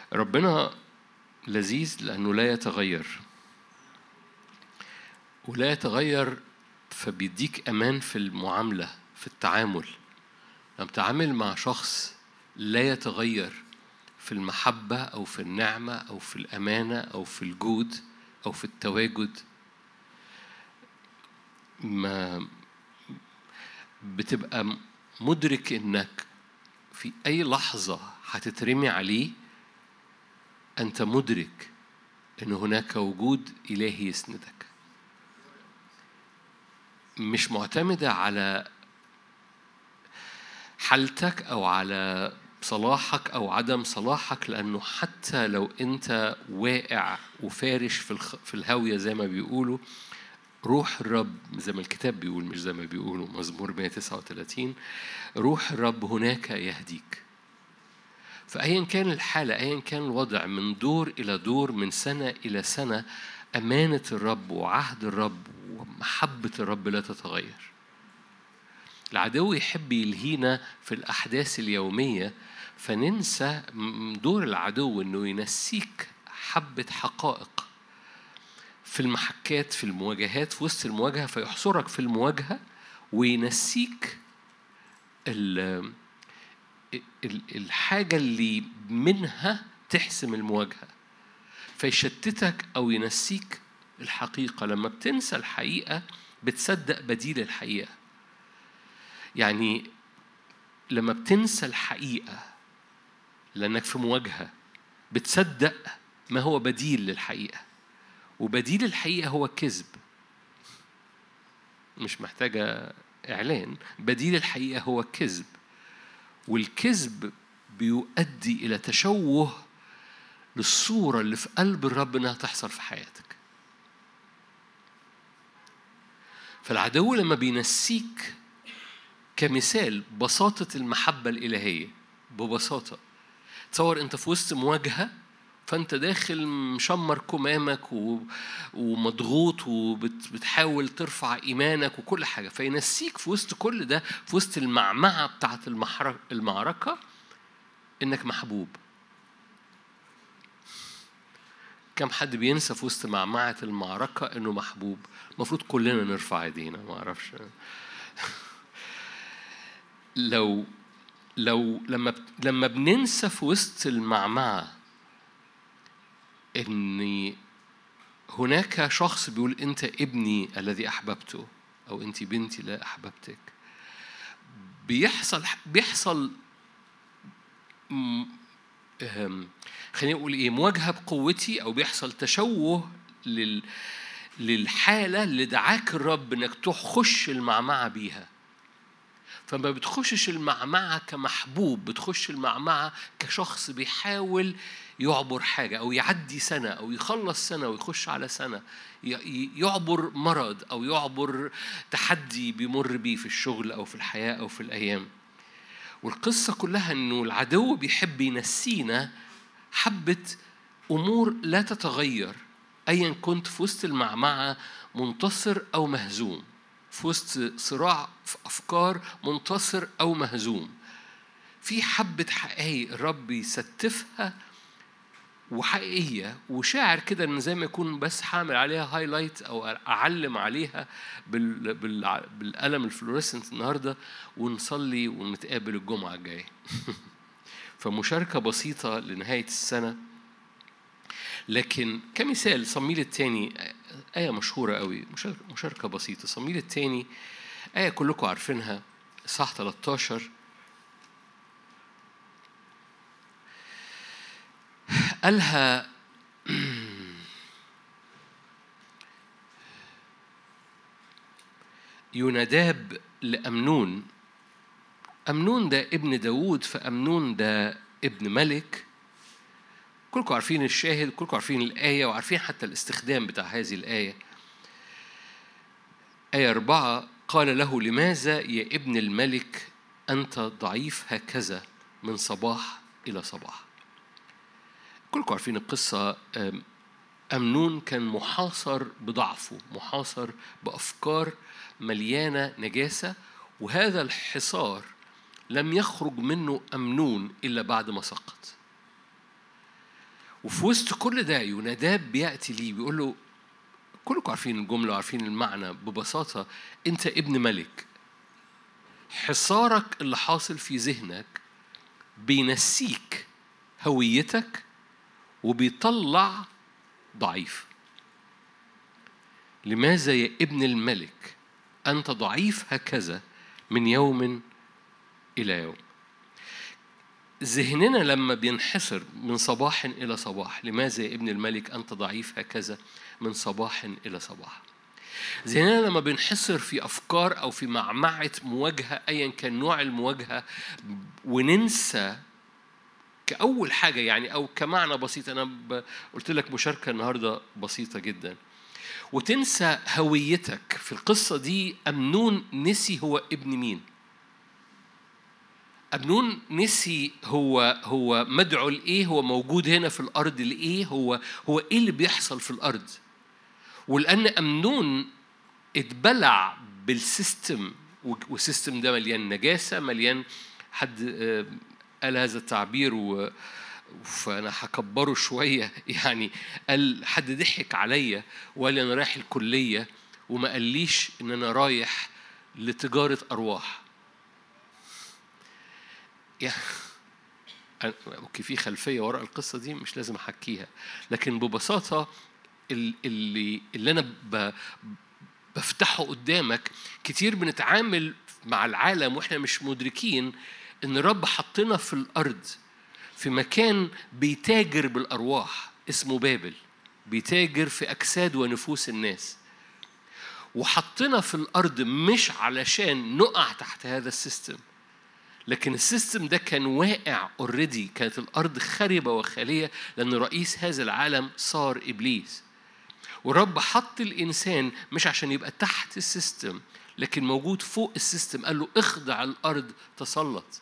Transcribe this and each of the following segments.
ربنا لذيذ لأنه لا يتغير، ولا يتغير، فبيديك أمان في المعاملة، في التعامل. لما تتعامل مع شخص لا يتغير في المحبة أو في النعمة أو في الأمانة أو في الجود أو في التواجد، ما بتبقى مدرك إنك في أي لحظة هتترمي عليه. أنت مدرك إن هناك وجود إلهي يسندك، مش معتمدة على حالتك أو على صلاحك أو عدم صلاحك. لأنه حتى لو أنت واقع وفارش في الهاوية زي ما بيقولوا، روح الرب زي ما الكتاب بيقول، مش زي ما بيقولوا مزمور 139، روح الرب هناك يهديك. فأيا كان الحالة، أيا كان الوضع، من دور إلى دور، من سنة إلى سنة، أمانة الرب وعهد الرب ومحبة الرب لا تتغير. العدو يحب يلهينا في الأحداث اليومية، فننسى دور العدو إنه ينسيك حبة حقائق في المحكات، في المواجهات، في وسط المواجهة، فيحصرك في المواجهة وينسيك الحاجة اللي منها تحسم المواجهة، فيشتتك أو ينسيك الحقيقة. لما بتنسى الحقيقة بتصدق بديل الحقيقة. يعني لما بتنسى الحقيقة لأنك في مواجهة، بتصدق ما هو بديل للحقيقة، وبديل الحقيقة هو الكذب. مش محتاجة إعلان، بديل الحقيقة هو الكذب، والكذب بيؤدي إلى تشوه للصورة اللي في قلب الرب إنها تحصل في حياتك. فالعدو لما بينسيك، كمثال بساطة المحبة الإلهية، ببساطة تصور أنت في وسط مواجهة، فأنت داخل مشمر كمامك ومضغوط وبتحاول ترفع إيمانك وكل حاجة، فينسيك في وسط كل ده، في وسط المعمعة بتاعت المعركة، إنك محبوب. كم حد بينسى في وسط معمعة المعركة إنه محبوب؟ المفروض كلنا نرفع ايدينا، ما أعرفش. لما بننسى في وسط المعمعة إن هناك شخص بيقول أنت ابني الذي أحببته، أو أنت بنتي لا أحببتك، بيحصل خليني أقول إيه، مواجهة بقوتي، أو بيحصل تشوه للحالة اللي دعاك الرب إنك تخش المعمعة بيها. فما بتخشش المعمعة كمحبوب، بتخش المعمعة كشخص بيحاول يعبر حاجة، أو يعدي سنة، أو يخلص سنة ويخش على سنة، يعبر مرض، أو يعبر تحدي بيمر بيه في الشغل أو في الحياة أو في الأيام. والقصة كلها أنه العدو بيحب ينسينا حبة أمور لا تتغير، أيا كنت في وسط المعمعة منتصر أو مهزوم، في وسط صراع في أفكار منتصر أو مهزوم، في حبة حقائق الرب يستفها وحقيقية وشاعر كده إن زي ما يكون بس حامل عليها هايلايت أو أعلم عليها بالقلم الفلوريسنت النهاردة، ونصلي ونتقابل الجمعة الجاية. فمشاركة بسيطة لنهاية السنة. لكن كمثال صمويل الثاني، آية مشهورة قوي، مشاركة بسيطة. صمويل الثاني آية كلكم عارفينها، إصحاح 13. قالها يوناداب لأمنون. أمنون ده ابن داود، فأمنون ده ابن ملك. كلكم عارفين الشاهد، كلكم عارفين الآية، وعارفين حتى الاستخدام بتاع هذه الآية. آية 4: قال له لماذا يا ابن الملك أنت ضعيف هكذا من صباح إلى صباح. كلكم عارفين القصة. أمنون كان محاصر بضعفه، محاصر بأفكار مليانة نجاسة، وهذا الحصار لم يخرج منه أمنون إلا بعد ما سقط. وفي وسط كل ده يوناداب بيأتي ليه بيقول له، كلكم عارفين الجملة وعارفين المعنى ببساطة، أنت ابن ملك. حصارك اللي حاصل في ذهنك بينسيك هويتك وبيطلع ضعيف. لماذا يا ابن الملك أنت ضعيف هكذا من يوم إلى يوم؟ ذهننا لما بينحصر من صباح إلى صباح، لماذا يا ابن الملك أنت ضعيف هكذا من صباح إلى صباح؟ ذهننا لما بينحصر في أفكار أو في معمعة مواجهة أيا كان نوع المواجهة، وننسى كأول حاجة يعني أو كمعنى بسيط. أنا قلت لك مشاركة النهاردة بسيطة جدا، وتنسى هويتك. في القصة دي أمنون نسي هو ابن مين. أمنون نسي هو مدعو لإيه، هو موجود هنا في الأرض لإيه، هو إيه اللي بيحصل في الأرض. ولأن أمنون اتبلع بالسيستم، والسيستم ده مليان نجاسة، مليان حد قال هذا التعبير فأنا هكبره شوية يعني. قال حد ضحك عليا وقال لي أنا رايح الكلية وما قاليش إن أنا رايح لتجارة أرواح. أوكي، في خلفية وراء القصة دي مش لازم أحكيها، لكن ببساطة اللي أنا بفتحه قدامك. كتير بنتعامل مع العالم وإحنا مش مدركين إن الرب حطنا في الأرض في مكان بيتاجر بالأرواح اسمه بابل، بيتاجر في أجساد ونفوس الناس. وحطنا في الأرض مش علشان نقع تحت هذا السيستم، لكن السيستم ده كان واقع اوريدي. كانت الأرض خربة وخالية لأن رئيس هذا العالم صار إبليس. ورب حط الإنسان مش عشان يبقى تحت السيستم، لكن موجود فوق السيستم. قال له اخضع الأرض تسلط.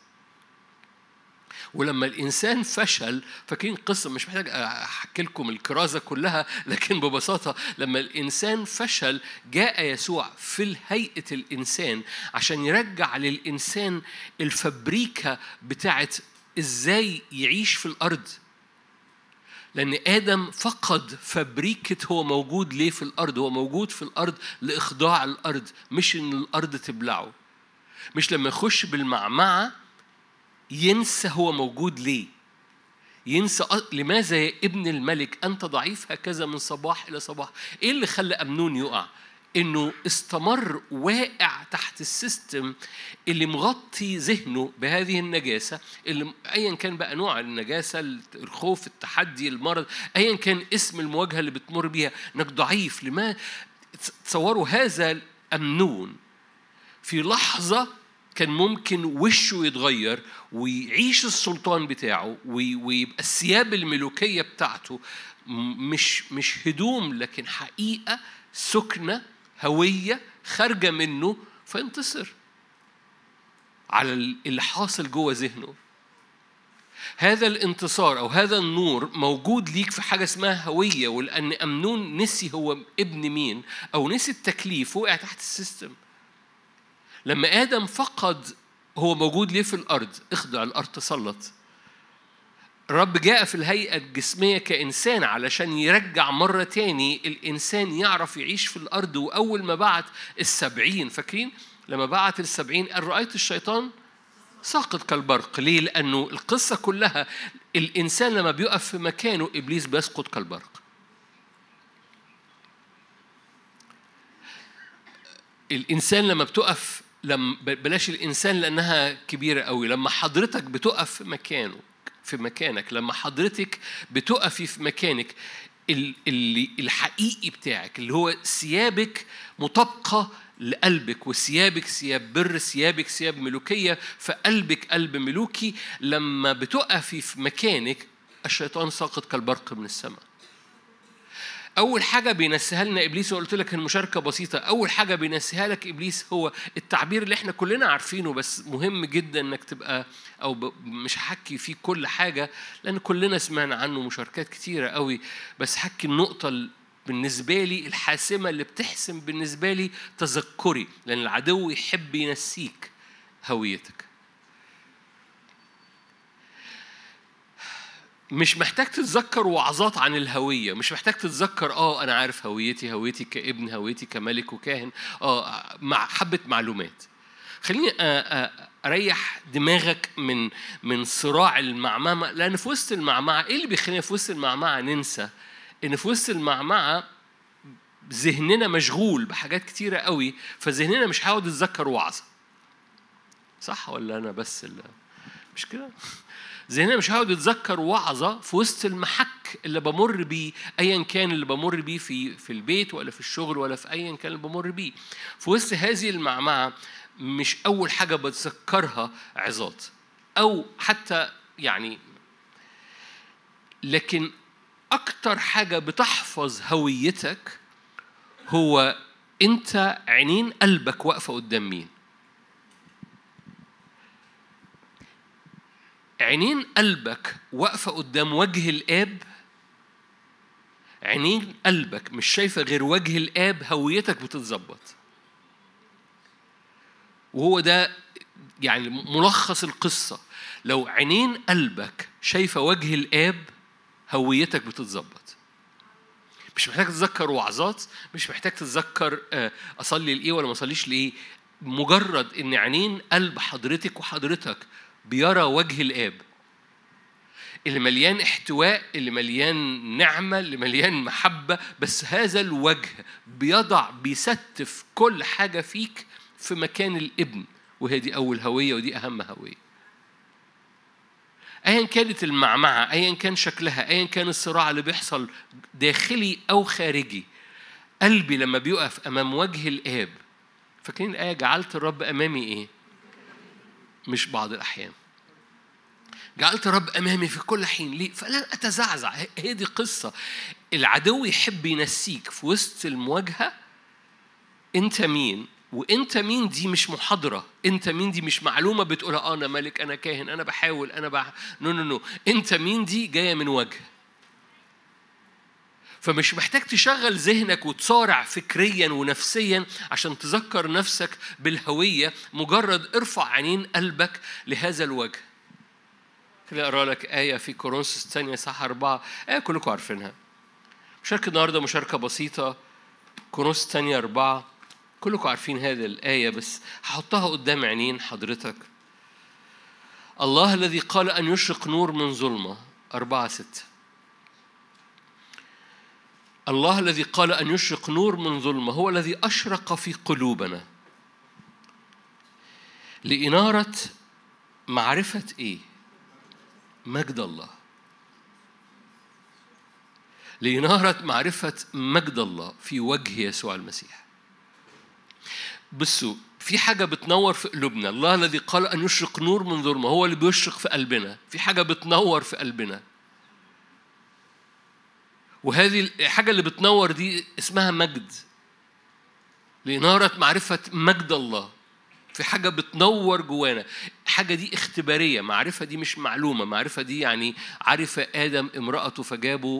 ولما الإنسان فشل، فاكرين قصة، مش محتاج أحكي لكم الكرازة كلها، لكن ببساطة لما الإنسان فشل جاء يسوع في هيئة الإنسان عشان يرجع للإنسان الفبريكة بتاعت إزاي يعيش في الأرض. لأن آدم فقد فبريكة هو موجود ليه في الأرض. هو موجود في الأرض لإخضاع الأرض، مش إن الأرض تبلعه. مش لما يخش بالمعمعة ينسى هو موجود ليه، ينسى لماذا يا ابن الملك أنت ضعيف هكذا من صباح إلى صباح. إيه اللي خلى أمنون يقع؟ إنه استمر واقع تحت السيستم اللي مغطي ذهنه بهذه النجاسة، اللي أيا كان بقى نوع النجاسة، الخوف، التحدي، المرض، أيا كان اسم المواجهة اللي بتمر بيها، إنك ضعيف. لما تصوروا هذا أمنون في لحظة كان ممكن وشه يتغير ويعيش السلطان بتاعه ويبقى الثياب الملوكية بتاعته مش هدوم، لكن حقيقة سكنة، هوية خارجة منه، فينتصر على اللي حاصل جوه ذهنه. هذا الانتصار أو هذا النور موجود ليك في حاجة اسمها هوية. ولأن أمنون نسي هو ابن مين أو نسي التكليف، وقع تحت السيستم. لما آدم فقد هو موجود ليه في الأرض، اخضع الأرض تسلط. الرب جاء في الهيئة الجسمية كإنسان علشان يرجع مرة تاني الإنسان يعرف يعيش في الأرض. وأول ما بعت 70، فاكرين لما بعت 70 قال رأيت الشيطان ساقط كالبرق. ليه؟ لأنه القصة كلها الإنسان لما بيقف في مكانه إبليس بيسقط كالبرق. الإنسان لما بتقف، بلاش الإنسان لأنها كبيرة قوي، لما حضرتك بتقف في مكانك، لما حضرتك بتقفي في مكانك الحقيقي بتاعك، اللي هو ثيابك مطابقة لقلبك، وثيابك ثياب بر، ثيابك ثياب ملوكية، فقلبك قلب ملوكي. لما بتقفي في مكانك الشيطان ساقط كالبرق من السماء. أول حاجة بينسيها لنا إبليس، وقلت لك المشاركة بسيطة، أول حاجة بينسيها لك إبليس هو التعبير اللي إحنا كلنا عارفينه، بس مهم جدا إنك تبقى مش هحكي فيه كل حاجة لأن كلنا سمعنا عنه مشاركات كتيرة قوي، بس حكي النقطة بالنسبة لي الحاسمة اللي بتحسم بالنسبة لي تذكري، لأن العدو يحب ينسيك هويتك. مش محتاج تتذكر وعظات عن الهوية، مش محتاج تتذكر أنا عارف هويتي كابن، هويتي كملك وكاهن، مع حبة معلومات. خليني أريح دماغك من صراع المعمعة، لأن في وسط المعمعة إيه اللي بيخلينا في وسط المعمعة ننسى إن في وسط المعمعة ذهننا مشغول بحاجات كتيرة قوي، فذهننا مش هيقعد يتذكر وعظة. صح ولا أنا بس مش كده؟ ذهننا مش هيقعد يتذكر وعظة في وسط المحك اللي بمر بيه، أيا كان اللي بمر بيه في البيت ولا في الشغل ولا في أيا كان اللي بمر بيه. في وسط هذه المعمعة مش أول حاجة بتذكرها عظات أو حتى يعني، لكن أكتر حاجة بتحفظ هويتك هو أنت عينين قلبك واقفة قدام مين. عينين قلبك واقفة قدام وجه الآب. عينين قلبك مش شايفة غير وجه الآب، هويتك بتتظبط. وهو ده يعني ملخص القصة. لو عينين قلبك شايفة وجه الآب، هويتك بتتظبط. مش محتاج تتذكر وعظات، مش محتاج تتذكر أصلي لإيه ولا ما أصليش لإيه. مجرد إن عينين قلب حضرتك وحضرتك بيرى وجه الآب اللي مليان احتواء، اللي مليان نعمة، اللي مليان محبة، بس هذا الوجه بيستف كل حاجة فيك في مكان الابن. وهي دي أول هوية ودي أهم هوية. أيا كانت المعمعة، أيا كان شكلها، أيا كان الصراع اللي بيحصل داخلي أو خارجي، قلبي لما بيقف أمام وجه الآب. فاكرين الآية جعلت الرب أمامي إيه؟ مش بعض الأحيان جعلت الرب أمامي في كل حين، ليه؟ فلن أتزعزع. هي دي قصة. العدو يحب ينسيك في وسط المواجهة أنت مين، وأنت مين دي مش محاضرة، أنت مين دي مش معلومة بتقولها أنا ملك، أنا كاهن، أنا بحاول، نو. أنت مين دي جاية من وجه. فمش محتاج تشغل ذهنك وتصارع فكريا ونفسيا عشان تذكر نفسك بالهوية. مجرد ارفع عينين قلبك لهذا الوجه. خليني أقرأ لك آية في كورنثوس الثانية صح 4، آية كلكم عارفينها. مشاركة النهاردة مشاركة بسيطة. كورنثوس الثانية 4، كلكم عارفين هذه الآية بس هحطها قدام عينين حضرتك. الله الذي قال أن يشرق نور من ظلمة 4:6. الله الذي قال أن يشرق نور من ظلمة هو الذي أشرق في قلوبنا لإنارة معرفة إيه؟ مجد الله. لإنارة معرفة مجد الله في وجه يسوع المسيح. بصوا، في حاجة بتنور في قلوبنا. الله الذي قال أن يشرق نور من ظلمة هو اللي بيشرق في قلبنا. في حاجة بتنور في قلبنا، وهذه الحاجة اللي بتنور دي اسمها مجد. لإنارة معرفة مجد الله. في حاجة بتنور جوانا. حاجة دي اختبارية. معرفة دي مش معلومة. معرفة دي يعني عرف آدم امرأته فجابوا.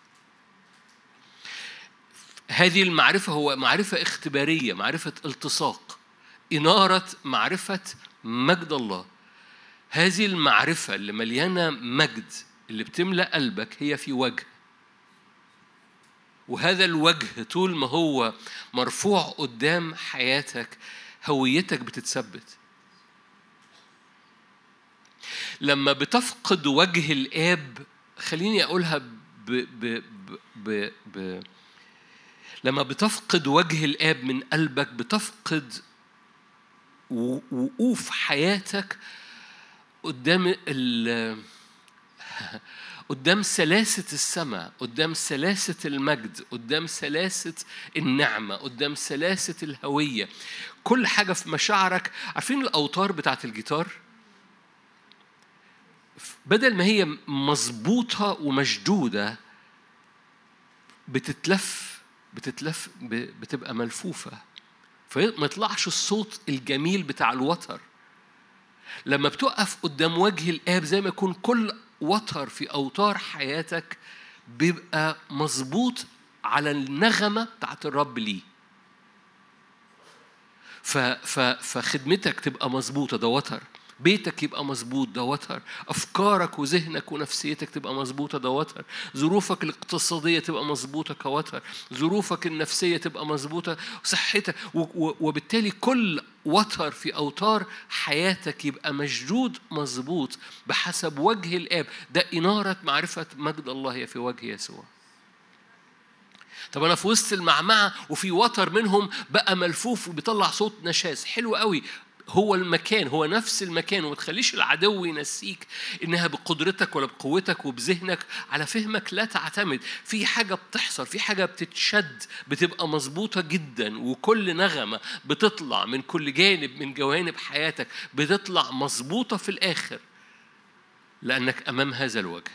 هذه المعرفة هو معرفة اختبارية، معرفة التصاق، إنارة معرفة مجد الله. هذه المعرفة اللي مليانة مجد اللي بتملأ قلبك هي في وجه. وهذا الوجه طول ما هو مرفوع قدام حياتك هويتك بتتثبت. لما بتفقد وجه الآب، خليني أقولها لما بتفقد وجه الآب من قلبك بتفقد وقوف حياتك قدام سلاسة السماء، قدام سلاسة المجد، قدام سلاسة النعمة، قدام سلاسة الهوية. كل حاجة في مشاعرك. عارفين الأوتار بتاعت الجيتار؟ بدل ما هي مظبوطة ومشدودة بتبقى ملفوفة، فما يطلعش الصوت الجميل بتاع الوتر. لما بتقف قدام وجه الآب زي ما يكون كل وتر في أوتار حياتك بيبقى مظبوط على النغمة بتاعت الرب ليه. فخدمتك تبقى مظبوطة، ده وتر. بيتك يبقى مظبوط، ده وتر. أفكارك وذهنك ونفسيتك تبقى مظبوطة، ده وتر. ظروفك الاقتصادية تبقى مظبوطة كوتر، ظروفك النفسية تبقى مظبوطة، صحتك، وبالتالي كل وتر في أوتار حياتك يبقى مشدود مظبوط بحسب وجه الآب. ده إنارة معرفة مجد الله هي في وجه يسوع. طب أنا في وسط المعمعة وفي وتر منهم بقى ملفوف وبيطلع صوت نشاز حلو قوي. هو المكان، هو نفس المكان، وما تخليش العدو ينسيك إنها بقدرتك ولا بقوتك وبذهنك، على فهمك لا تعتمد. في حاجة بتحصل، في حاجة بتتشد بتبقى مظبوطة جدا، وكل نغمة بتطلع من كل جانب من جوانب حياتك بتطلع مظبوطة في الآخر، لأنك أمام هذا الوجه.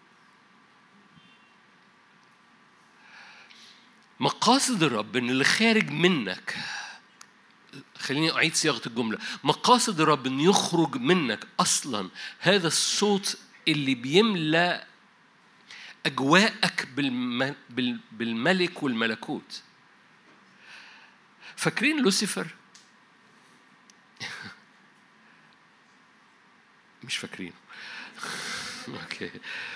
مقاصد الرب إن اللي خارج منك، خليني أعيد صياغة الجملة، مقاصد الرب إن يخرج منك أصلا هذا الصوت اللي بيملأ أجواءك بالملك والملكوت. فاكرين لوسيفر؟ مش فاكرين؟ أوكي.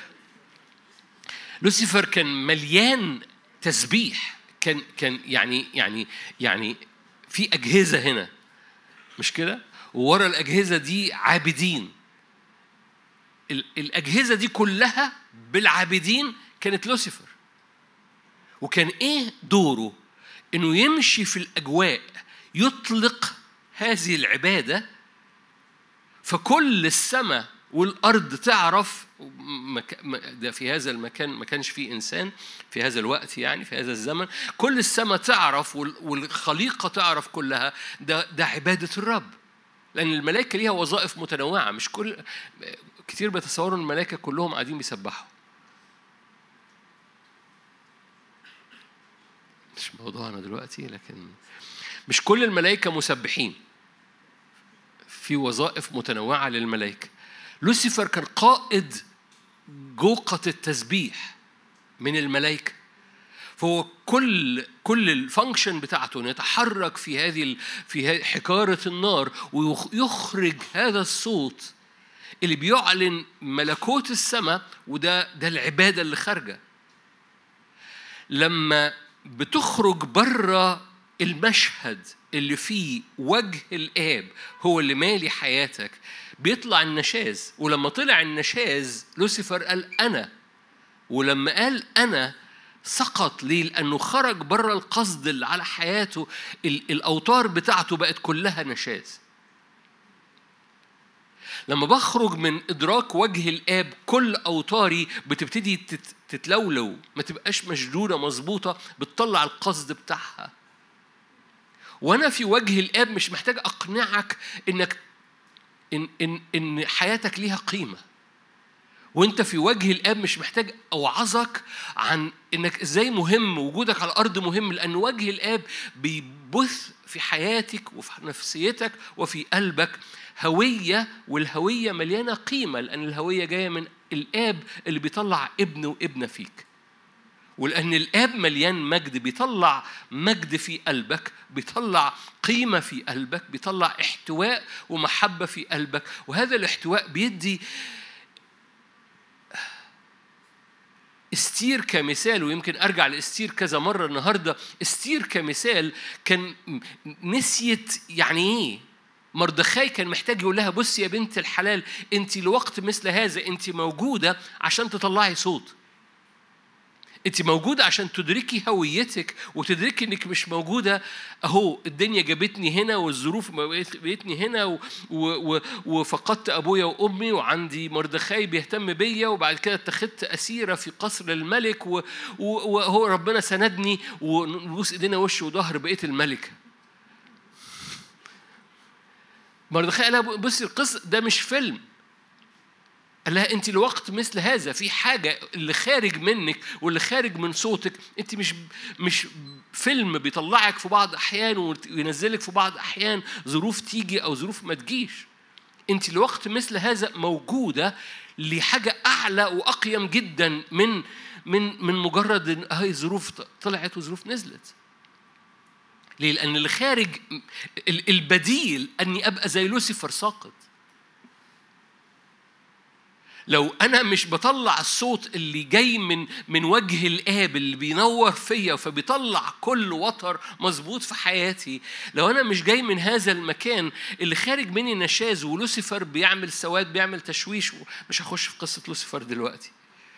لوسيفر كان مليان تسبيح، كان يعني في أجهزة هنا، مش كده؟ وورا الأجهزة دي عابدين. الأجهزة دي كلها بالعابدين كانت لوسيفر. وكان إيه دوره؟ إنه يمشي في الأجواء، يطلق هذه العبادة، فكل السماء والأرض تعرف. ده في هذا المكان ما كانش فيه إنسان في هذا الوقت، يعني في هذا الزمن كل السماء تعرف والخليقة تعرف كلها ده عبادة الرب. لأن الملائكة ليها وظائف متنوعة، مش كتير بيتصوروا إن الملائكة كلهم قاعدين بيسبحوا. مش موضوعنا دلوقتي، لكن مش كل الملائكة مسبحين، في وظائف متنوعة للملائكة. لوسيفر كان قائد جوقة التسبيح من الملائكة، فهو كل الفانكشن بتاعته انه يتحرك في حجارة النار ويخرج هذا الصوت اللي بيعلن ملكوت السماء، وده العبادة اللي خارجة. لما بتخرج بره المشهد اللي فيه وجه الآب هو اللي مالي حياتك، بيطلع النشاز. ولما طلع النشاز لوسيفر قال أنا، ولما قال أنا سقط. ليه؟ لأنه خرج بره القصد اللي على حياته. الأوتار بتاعته بقت كلها نشاز. لما بخرج من إدراك وجه الآب كل أوتاري بتبتدي تتلولو، ما تبقاش مشدودة مظبوطة، بتطلع القصد بتاعها. وأنا في وجه الآب مش محتاج أقنعك إن حياتك ليها قيمة. وانت في وجه الآب مش محتاج أوعظك عن إنك إزاي مهم، وجودك على الأرض مهم، لأن وجه الآب بيبث في حياتك وفي نفسيتك وفي قلبك هوية، والهوية مليانة قيمة، لأن الهوية جاية من الآب اللي بيطلع ابن وابنة فيك. ولأن الآب مليان مجد، بيطلع مجد في قلبك، بيطلع قيمة في قلبك، بيطلع احتواء ومحبة في قلبك. وهذا الاحتواء بيدي استير كمثال. ويمكن أرجع لاستير كذا مرة النهاردة. استير كمثال كان نسيت يعني إيه. مردخاي كان محتاج يقول لها بصي يا بنت الحلال، أنت لوقت مثل هذا أنت موجودة عشان تطلعي صوت. أنت موجودة عشان تدركي هويتك وتدركي إنك مش موجودة أهو الدنيا جابتني هنا والظروف بقيتني هنا وفقدت أبويا وأمي وعندي مردخاي بيهتم بيا، وبعد كده اتخذت أسيرة في قصر الملك وهو ربنا سندني، ونبوس إيدينا وش وظهر بقيت الملك. مردخاي قال لها بصي القصة ده مش فيلم. قال لها أنت لوقت مثل هذا في حاجة اللي خارج منك واللي خارج من صوتك. أنت مش فيلم بيطلعك في بعض أحيان وينزلك في بعض أحيان، ظروف تيجي أو ظروف ما تجيش. أنت لوقت مثل هذا موجودة لحاجة أعلى وأقيم جدا من مجرد هاي ظروف طلعت وظروف نزلت. ليه؟ لأن اللي خارج البديل أني أبقى زي لوسيفر ساقط. لو أنا مش بطلع الصوت اللي جاي من وجه الآب اللي بينور فيا فبيطلع كل وتر مظبوط في حياتي، لو أنا مش جاي من هذا المكان اللي خارج مني نشاز ولوسيفر بيعمل سواد بيعمل تشويش، مش هخش في قصة لوسيفر دلوقتي.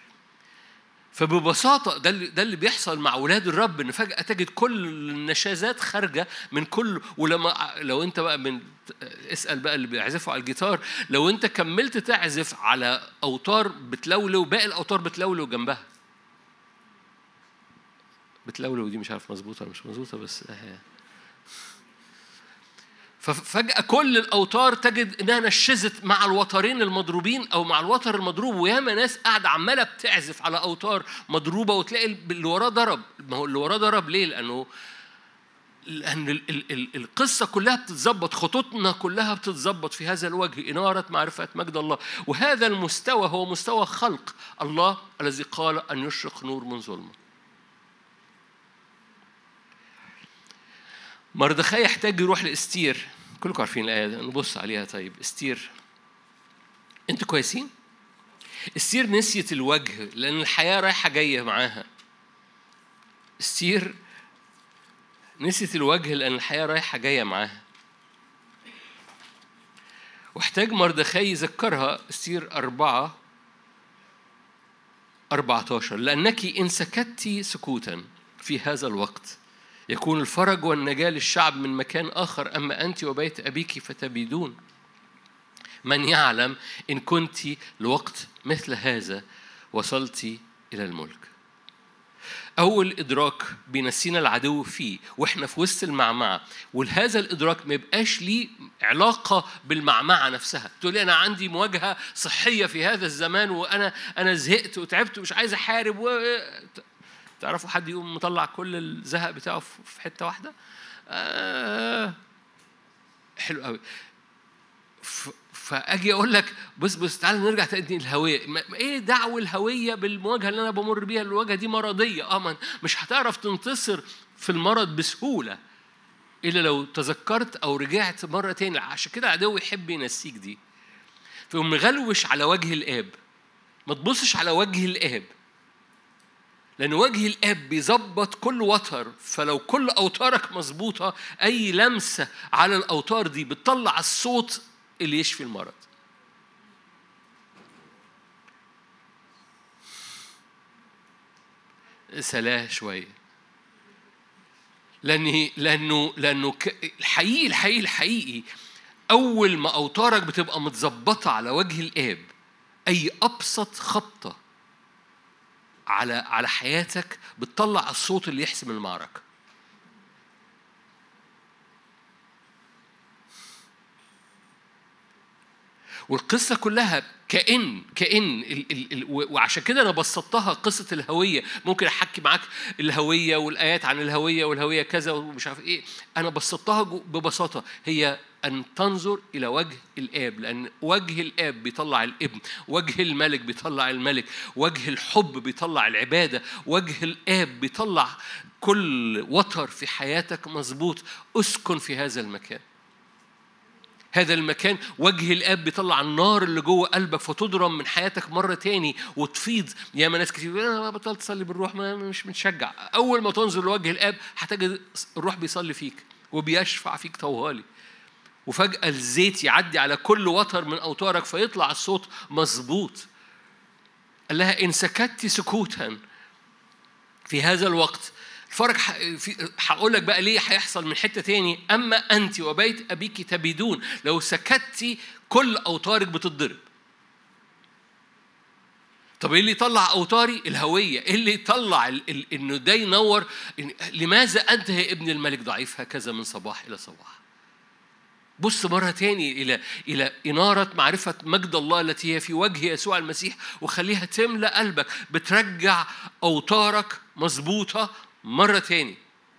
فببساطة ده اللي بيحصل مع أولاد الرب، إن فجأة تجد كل النشازات خارجة من كل. لو أنت بقى اسأل بقى اللي بيعزفوا على الجيتار، لو أنت كملت تعزف على أوتار بتلولو، باقي الأوتار بتلولو جنبها. بتلولو دي مش عارف مظبوطة ولا مش مظبوطة، بس ففجأة كل الأوتار تجد إنها نشزت مع الوترين المضروبين أو مع الوتر المضروب، وياما ناس قاعدة عمالة بتعزف على أوتار مضروبة وتلاقي اللي وراه ضرب. ما هو اللي وراه ضرب ليه؟ لأن القصة كلها بتتظبط، خطوطنا كلها بتتظبط في هذا الوجه، إنارة معرفة مجد الله. وهذا المستوى هو مستوى خلق الله الذي قال أن يشرق نور من ظلمة. مردخاي يحتاج يروح لإستير. كلكم عارفين الآية دي، نبص عليها. طيب إستير، أنتوا كويسين؟ إستير نسيت الوجه لأن الحياة رايحة جاية معاها. إستير نسيت الوجه لأن الحياة رايحة جاية معاها، واحتاج مردخاي يذكرها. إستير 4:14 لأنك إن سكت سكوتا في هذا الوقت يكون الفرج والنجاة للشعب من مكان آخر، أما أنت وبيت أبيك فتبيدون. من يعلم إن كنت لوقت مثل هذا وصلت إلى الملك. أول إدراك بينسينا العدو فيه وإحنا في وسط المعمعة، وهذا الإدراك ما يبقاش ليه علاقة بالمعمعة نفسها. تقول لي أنا عندي مواجهة صحية في هذا الزمان وأنا زهقت وتعبت ومش عايز أحارب تعرفوا حد يقوم مطلع كل الزهق بتاعه في حتة واحدة؟ حلو قوي. فأجي أقول لك بص تعالى نرجع تاني الهوية. إيه دعوة الهوية بالمواجهة اللي أنا بمر بيها؟ المواجهة دي مرضية. مش هتعرف تنتصر في المرض بسهولة إلا لو تذكرت أو رجعت مرة تاني. عشان كده العدو يحب ينسيك دي، فيقوم مغلوش على وجه الآب. ما تبصش على وجه الآب، لأن وجه الآب بيظبط كل وتر. فلو كل أوتارك مظبوطة، أي لمسة على الأوتار دي بتطلع الصوت اللي يشفي المرض. سلاه شوية، لأنه الحقيقي أول ما أوتارك بتبقى متظبطة على وجه الآب، أي أبسط خبطة على حياتك بتطلع الصوت اللي يحسم المعركة. والقصة كلها كأن وعشان كده أنا بسطتها قصة الهوية. ممكن أحكي معاك الهوية والآيات عن الهوية والهوية كذا ومش عارف إيه. أنا بسطتها ببساطة، هي أن تنظر إلى وجه الآب، لأن وجه الآب بيطلع الابن، وجه الملك بيطلع الملك، وجه الحب بيطلع العبادة، وجه الآب بيطلع كل وتر في حياتك مظبوط. أسكن في هذا المكان. هذا المكان وجه الآب بيطلع النار اللي جوه قلبك فتضرم من حياتك مرة تاني وتفيض. يا ما ناس كتير أنا بطلت أصلي بالروح، مش متشجع. أول ما تنظر لوجه الآب هتجد الروح بيصلي فيك وبيشفع فيك طوالي، وفجأة الزيت يعدي على كل وتر من أوتارك فيطلع الصوت مظبوط. قال لها إن سكت سكوتا في هذا الوقت الفرق. هقول لك بقى ليه هيحصل من حتة تاني. أما أنت وبيت أبيك تبيدون. لو سكتتي كل أوتارك بتضرب. طب إيه اللي يطلع أوتاري؟ الهوية. إيه اللي يطلع إنه ده ينور؟ لماذا أنت يا ابن الملك ضعيف هكذا من صباح إلى صباح؟ بص مرة تاني إلى إنارة معرفة مجد الله التي هي في وجه يسوع المسيح، وخليها تملأ قلبك، بترجع أوتارك مظبوطة مرة تاني.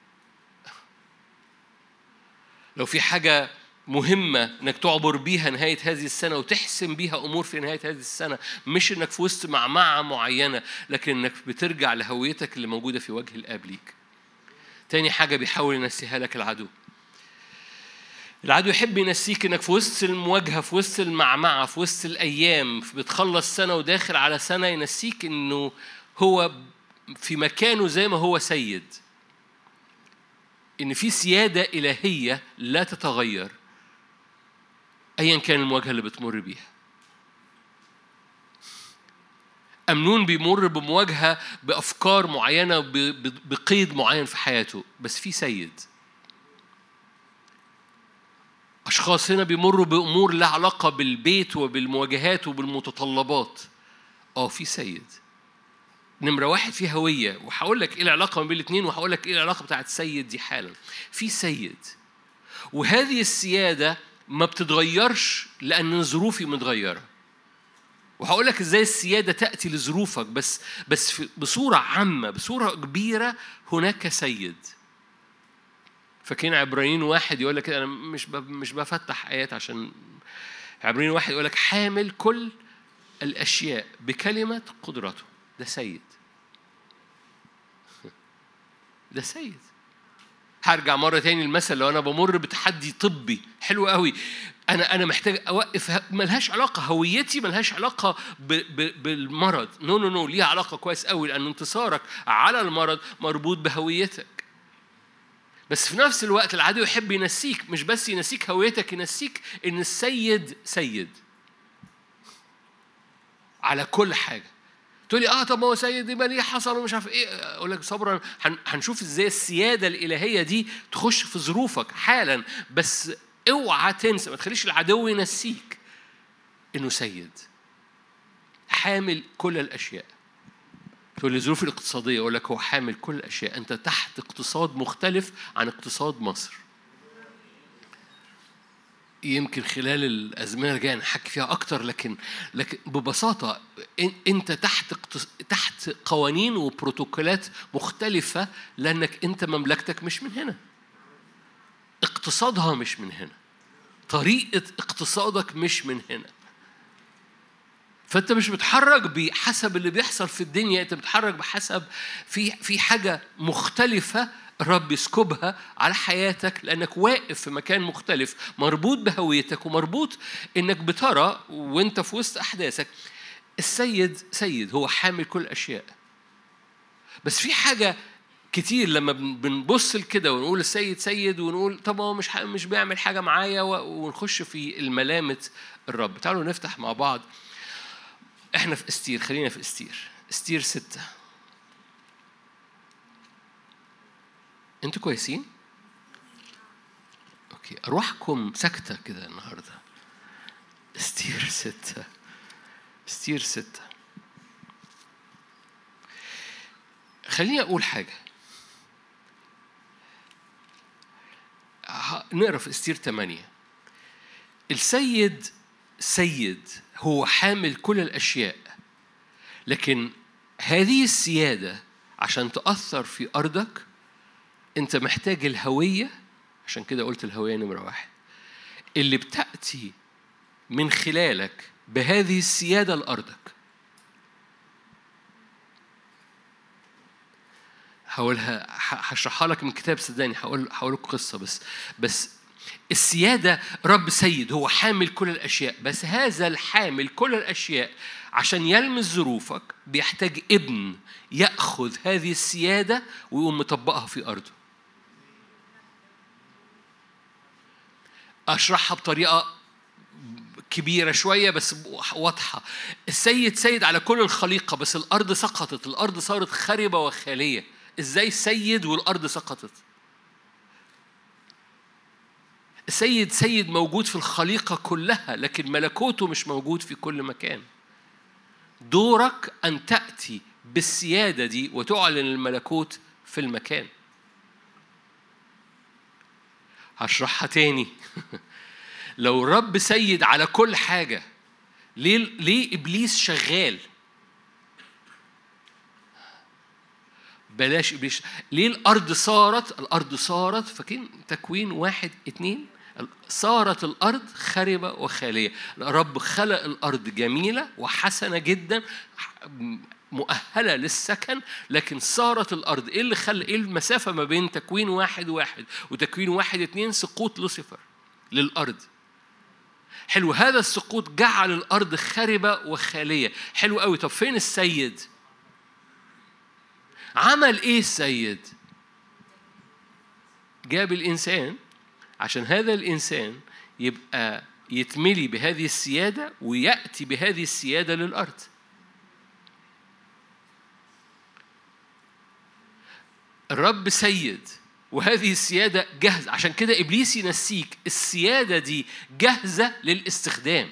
لو في حاجة مهمة إنك تعبر بيها نهاية هذه السنة وتحسم بيها أمور في نهاية هذه السنة، مش إنك في وسط معمعة معينة، لكن إنك بترجع لهويتك اللي موجودة في وجه الآب ليك. تاني حاجة بيحاول ينسيها لك العدو، العدو يحب ينسيك إنك في وسط المواجهة، في وسط المعمعة، في وسط الأيام، بتخلص سنة وداخل على سنة، ينسيك إنه هو في مكانه زي ما هو سيد، إن في سيادة إلهية لا تتغير أيا كان المواجهة اللي بتمر بيها. أمنون بيمر بمواجهة بأفكار معينة، بقيد معين في حياته، بس في سيد. أشخاص هنا بيمروا بأمور لها علاقة بالبيت وبالمواجهات وبالمتطلبات. في سيد. نمرة واحد في هوية، وهقول لك إيه العلاقة ما بين الاثنين، وهقول لك إيه العلاقة بتاعت السيد دي حالا. في سيد، وهذه السيادة ما بتتغيرش لأن ظروفي متغيرة. وهقول لك إزاي السيادة تأتي لظروفك، بس بصورة عامة، بصورة كبيرة، هناك سيد. فكين عبرانيين 1 يقول لك، أنا مش بفتح آيات عشان عبرانيين 1 يقول لك حامل كل الأشياء بكلمة قدرته. ده سيد، ده سيد. هرجع مرة تاني المثل، لو أنا بمر بتحدي طبي حلو قوي، أنا محتاج أوقف، ملهاش علاقة هويتي، ملهاش علاقة بالمرض، نو ليها علاقة كويس قوي، لأن انتصارك على المرض مربوط بهويتك. بس في نفس الوقت العدو يحب ينسيك، مش بس ينسيك هويتك، ينسيك إن السيد سيد على كل حاجة. تقولي طب ما هو سيد يبقى ليه حصل ومش عارف ايه. اقول لك صبرا، هنشوف ازاي السياده الالهيه دي تخش في ظروفك حالا. بس اوعى تنسى، ما تخليش العدو ينسيك انه سيد حامل كل الاشياء. تقول لي الظروف الاقتصاديه، اقول لك هو حامل كل الاشياء. انت تحت اقتصاد مختلف عن اقتصاد مصر. يمكن خلال الأزمنة الجاية نحكي فيها أكتر، لكن ببساطة أنت تحت قوانين وبروتوكولات مختلفة، لأنك أنت مملكتك مش من هنا، اقتصادها مش من هنا، طريقة اقتصادك مش من هنا. فأنت مش بتحرك بحسب اللي بيحصل في الدنيا، أنت بتحرك بحسب في حاجة مختلفة الرب يسكبها على حياتك، لأنك واقف في مكان مختلف، مربوط بهويتك، ومربوط إنك بترى وإنت في وسط أحداثك السيد سيد، هو حامل كل الأشياء. بس في حاجة كتير لما بنبص لكده ونقول السيد سيد، ونقول طب هو مش بيعمل حاجة معايا، ونخش في الملامة الرب. تعالوا نفتح مع بعض، احنا في استير، خلينا في استير 6. انتوا كويسين؟ اوكي، اروحكم سكتة كده النهاردة. استير 6. خليني اقول حاجة. نقرأ في استير 8. السيد سيد، هو حامل كل الأشياء، لكن هذه السيادة عشان تأثر في أرضك أنت محتاج الهوية. عشان كده قلت الهوية نمرة 1 اللي بتأتي من خلالك بهذه السيادة لأرضك. هشرحها لك من كتاب، صدقني هقول لك قصة. بس السيادة، رب سيد هو حامل كل الأشياء، بس هذا الحامل كل الأشياء عشان يلمس ظروفك بيحتاج ابن يأخذ هذه السيادة ويقوم مطبقها في أرضه. أشرحها بطريقة كبيرة شوية بس واضحة. السيد سيد على كل الخليقة، بس الأرض سقطت، الأرض صارت خربة وخالية. إزاي سيد والأرض سقطت؟ السيد سيد موجود في الخليقة كلها، لكن ملكوته مش موجود في كل مكان. دورك أن تأتي بالسيادة دي وتعلن الملكوت في المكان. هشرحها تاني. لو الرب سيد على كل حاجة، ليه إبليس شغال؟ بلاش إبليس. ليه الأرض صارت فاكرين تكوين 1-2 صارت الأرض خربة وخالية. الرب خلق الأرض جميلة وحسنة جدا مؤهلة للسكن، لكن صارت الأرض إيه اللي خلق؟ إيه المسافة ما بين تكوين 1 وتكوين 1-2؟ سقوط لوسيفر. للأرض. حلو، هذا السقوط جعل الأرض خربة وخالية. حلو قوي. طب فين السيد؟ عمل إيه السيد؟ جاب الإنسان عشان هذا الإنسان يبقى يتملي بهذه السيادة ويأتي بهذه السيادة للأرض. الرب سيد وهذه السيادة جاهزة. عشان كده إبليس ينسيك السيادة دي جاهزة للاستخدام.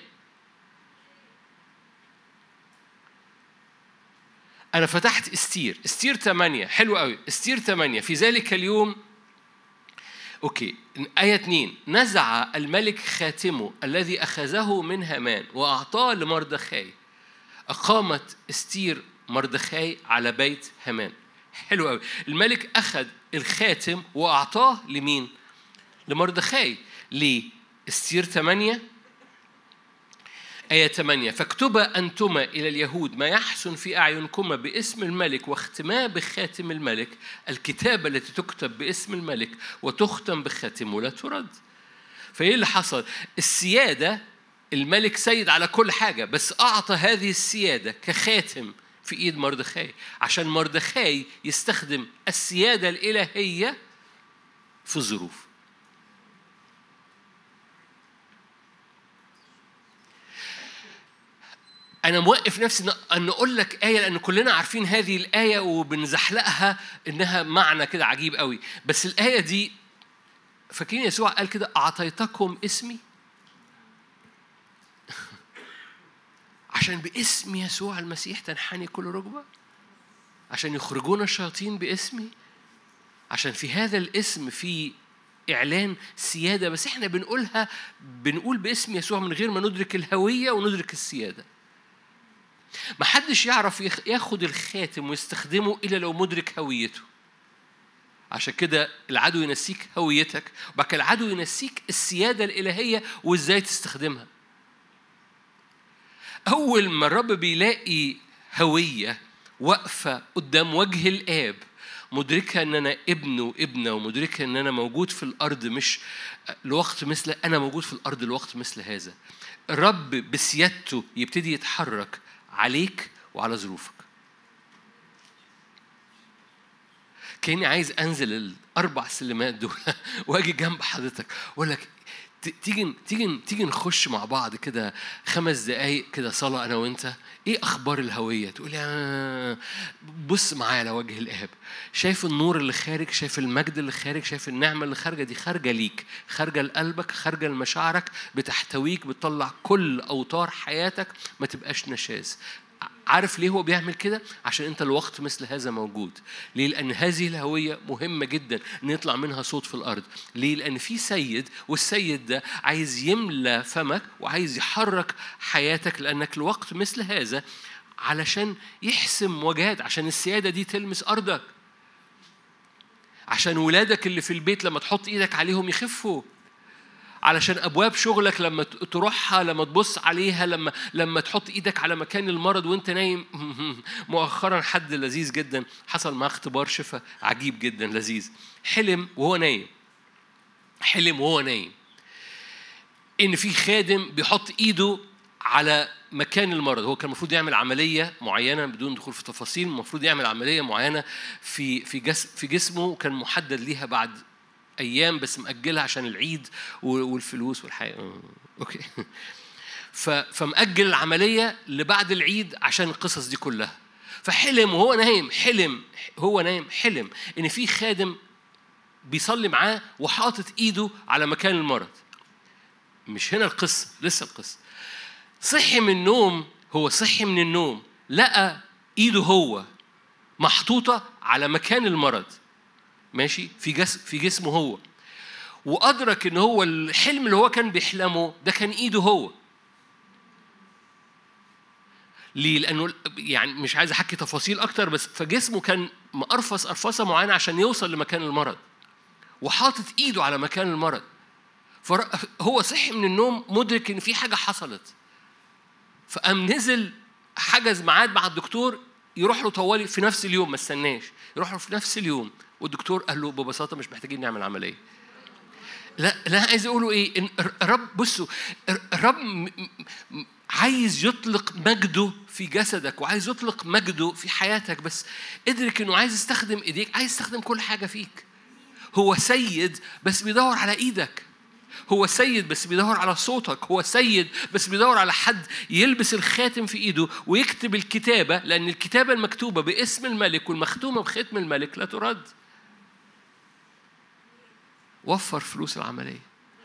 أنا فتحت استير 8. حلو قوي. استير 8 في ذلك اليوم. أوكي. آية 2: نزع الملك خاتمه الذي أخذه من هامان وأعطاه لمردخاي. أقامت استير مردخاي على بيت هامان. حلو قوي. الملك أخذ الخاتم وأعطاه لمين؟ لمردخاي. ليه؟ استير 8 آية 8: فاكتبا أنتما إلى اليهود ما يحسن في أعينكما باسم الملك واختما بخاتم الملك. الكتابة التي تكتب باسم الملك وتختم بخاتمه لا ترد. فإيه اللي حصل؟ السيادة، الملك سيد على كل حاجة، بس أعطى هذه السيادة كخاتم في إيد مردخاي عشان مردخاي يستخدم السيادة الإلهية في الظروف. أنا موقف نفسي أن أقول لك آية لأن كلنا عارفين هذه الآية وبنزحلقها إنها معنى كده عجيب قوي. بس الآية دي فاكرين يسوع قال كده: أعطيتكم اسمي. عشان باسم يسوع المسيح تنحني كل ركبة، عشان يخرجون الشياطين باسمي، عشان في هذا الاسم في إعلان سيادة. بس إحنا بنقول باسم يسوع من غير ما ندرك الهوية وندرك السيادة. محدش يعرف ياخد الخاتم ويستخدمه إلا لو مدرك هويته. عشان كده العدو ينسيك هويتك، وبعد كده العدو ينسيك السيادة الإلهية وإزاي تستخدمها. أول ما الرب بيلاقي هوية واقفة قدام وجه الآب مدركة أن أنا ابن وابنة، ومدركة أن أنا موجود في الأرض مش لوقت مثل، أنا موجود في الأرض لوقت مثل هذا. الرب بسيادته يبتدي يتحرك عليك وعلى ظروفك. كأني عايز أنزل ال4 سلمات دول وأجي جنب حضرتك وأقول لك تيجي نخش مع بعض كده 5 دقايق كده صلاة أنا وأنت. إيه أخبار الهوية؟ تقول لي بص معايا على وجه الآب. شايف النور اللي خارج، شايف المجد اللي خارج، شايف النعمة اللي خارجة. دي خارجة ليك، خارجة لقلبك، خارجة لمشاعرك، بتحتويك، بتطلع كل أوتار حياتك. ما تبقاش نشاز. عارف ليه هو بيعمل كده؟ عشان أنت الوقت مثل هذا موجود. ليه؟ لأن هذه الهوية مهمة جدا أن يطلع منها صوت في الأرض. ليه؟ لأن في سيد، والسيد ده عايز يملى فمك وعايز يحرك حياتك لأنك الوقت مثل هذا، علشان يحسم وجهات، عشان السيادة دي تلمس أرضك، عشان ولادك اللي في البيت لما تحط إيدك عليهم يخفوا، علشان أبواب شغلك لما تروحها، لما تبص عليها، لما تحط إيدك على مكان المرض وانت نايم. مؤخرا حد لذيذ جدا حصل معاه اختبار شفاء عجيب جدا لذيذ. حلم وهو نايم إن في خادم بيحط إيده على مكان المرض. هو كان المفروض يعمل عملية معينة بدون دخول في تفاصيل. المفروض يعمل عملية معينة في جسمه، وكان محدد ليها بعد أيام بس مأجلها عشان العيد والفلوس والحياة. أوكي. فمأجل العملية لبعد العيد عشان القصص دي كلها. فحلم وهو نايم حلم إن في خادم بيصلي معاه وحاطط إيده على مكان المرض. مش هنا القصة، لسه القصة. صحي من النوم لقى إيده هو محطوطة على مكان المرض، ماشي في جسمه هو، وأدرك إن هو الحلم اللي هو كان بيحلمه ده كان إيده هو. ليه؟ لأنه يعني مش عايز أحكي تفاصيل أكتر، بس فجسمه كان مقرفص قرفصة معينة عشان يوصل لمكان المرض، وحاطط إيده على مكان المرض. فهو صحي من النوم مدرك إن في حاجة حصلت، فقام نزل حجز ميعاد مع الدكتور يروح له طوالي في نفس اليوم، ما استناش، يروح له في نفس اليوم. والدكتور قال له ببساطة مش محتاجين نعمل عملية. لا لا، عايز أقوله إيه؟ إن الرب، بصوا، الرب عايز يطلق مجده في جسدك، وعايز يطلق مجده في حياتك، بس ادرك إنه عايز يستخدم إيديك، عايز يستخدم كل حاجة فيك. هو سيد بس بيدور على إيدك. هو سيد بس بيدور على صوتك. هو سيد بس بيدور على حد يلبس الخاتم في إيده ويكتب الكتابة، لأن الكتابة المكتوبة باسم الملك والمختومة بختم الملك لا ترد. وفر فلوس العملية.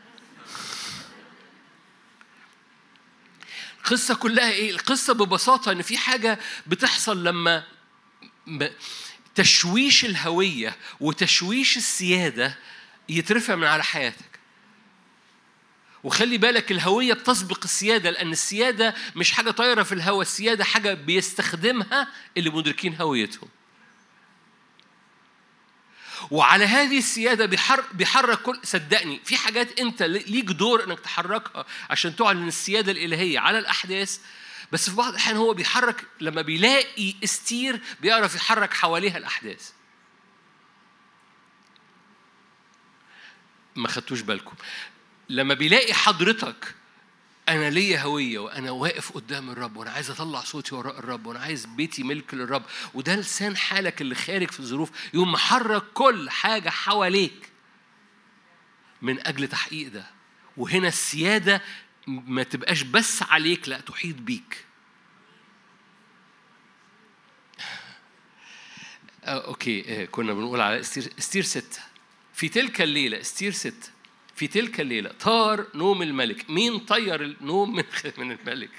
القصة كلها إيه؟ القصة ببساطة إن في حاجة بتحصل لما تشويش الهوية وتشويش السيادة يترفع من على حياتك. وخلي بالك، الهوية بتسبق السيادة، لأن السيادة مش حاجة طايرة في الهواء، السيادة حاجة بيستخدمها اللي مدركين هويتهم. وعلى هذه السيادة بيحرك كل، صدقني في حاجات أنت ليك دور أنك تحركها عشان تعلن السيادة الإلهية على الأحداث، بس في بعض الأحيان هو بيحرك لما بيلاقي استير بيعرف يحرك حواليها الأحداث. ما خدتوش بالكم؟ لما بيلاقي حضرتك أنا ليا هوية وأنا واقف قدام الرب وأنا عايز أطلع صوتي وراء الرب وأنا عايز بيتي ملك للرب، وده لسان حالك اللي خارج في الظروف، يوم محرك كل حاجة حواليك من أجل تحقيق ده. وهنا السيادة ما تبقاش بس عليك، لا تحيط بيك. أوكي، كنا بنقول على استير 6. في تلك الليلة، استير 6، في تلك الليلة طار نوم الملك. مين طير النوم من الملك؟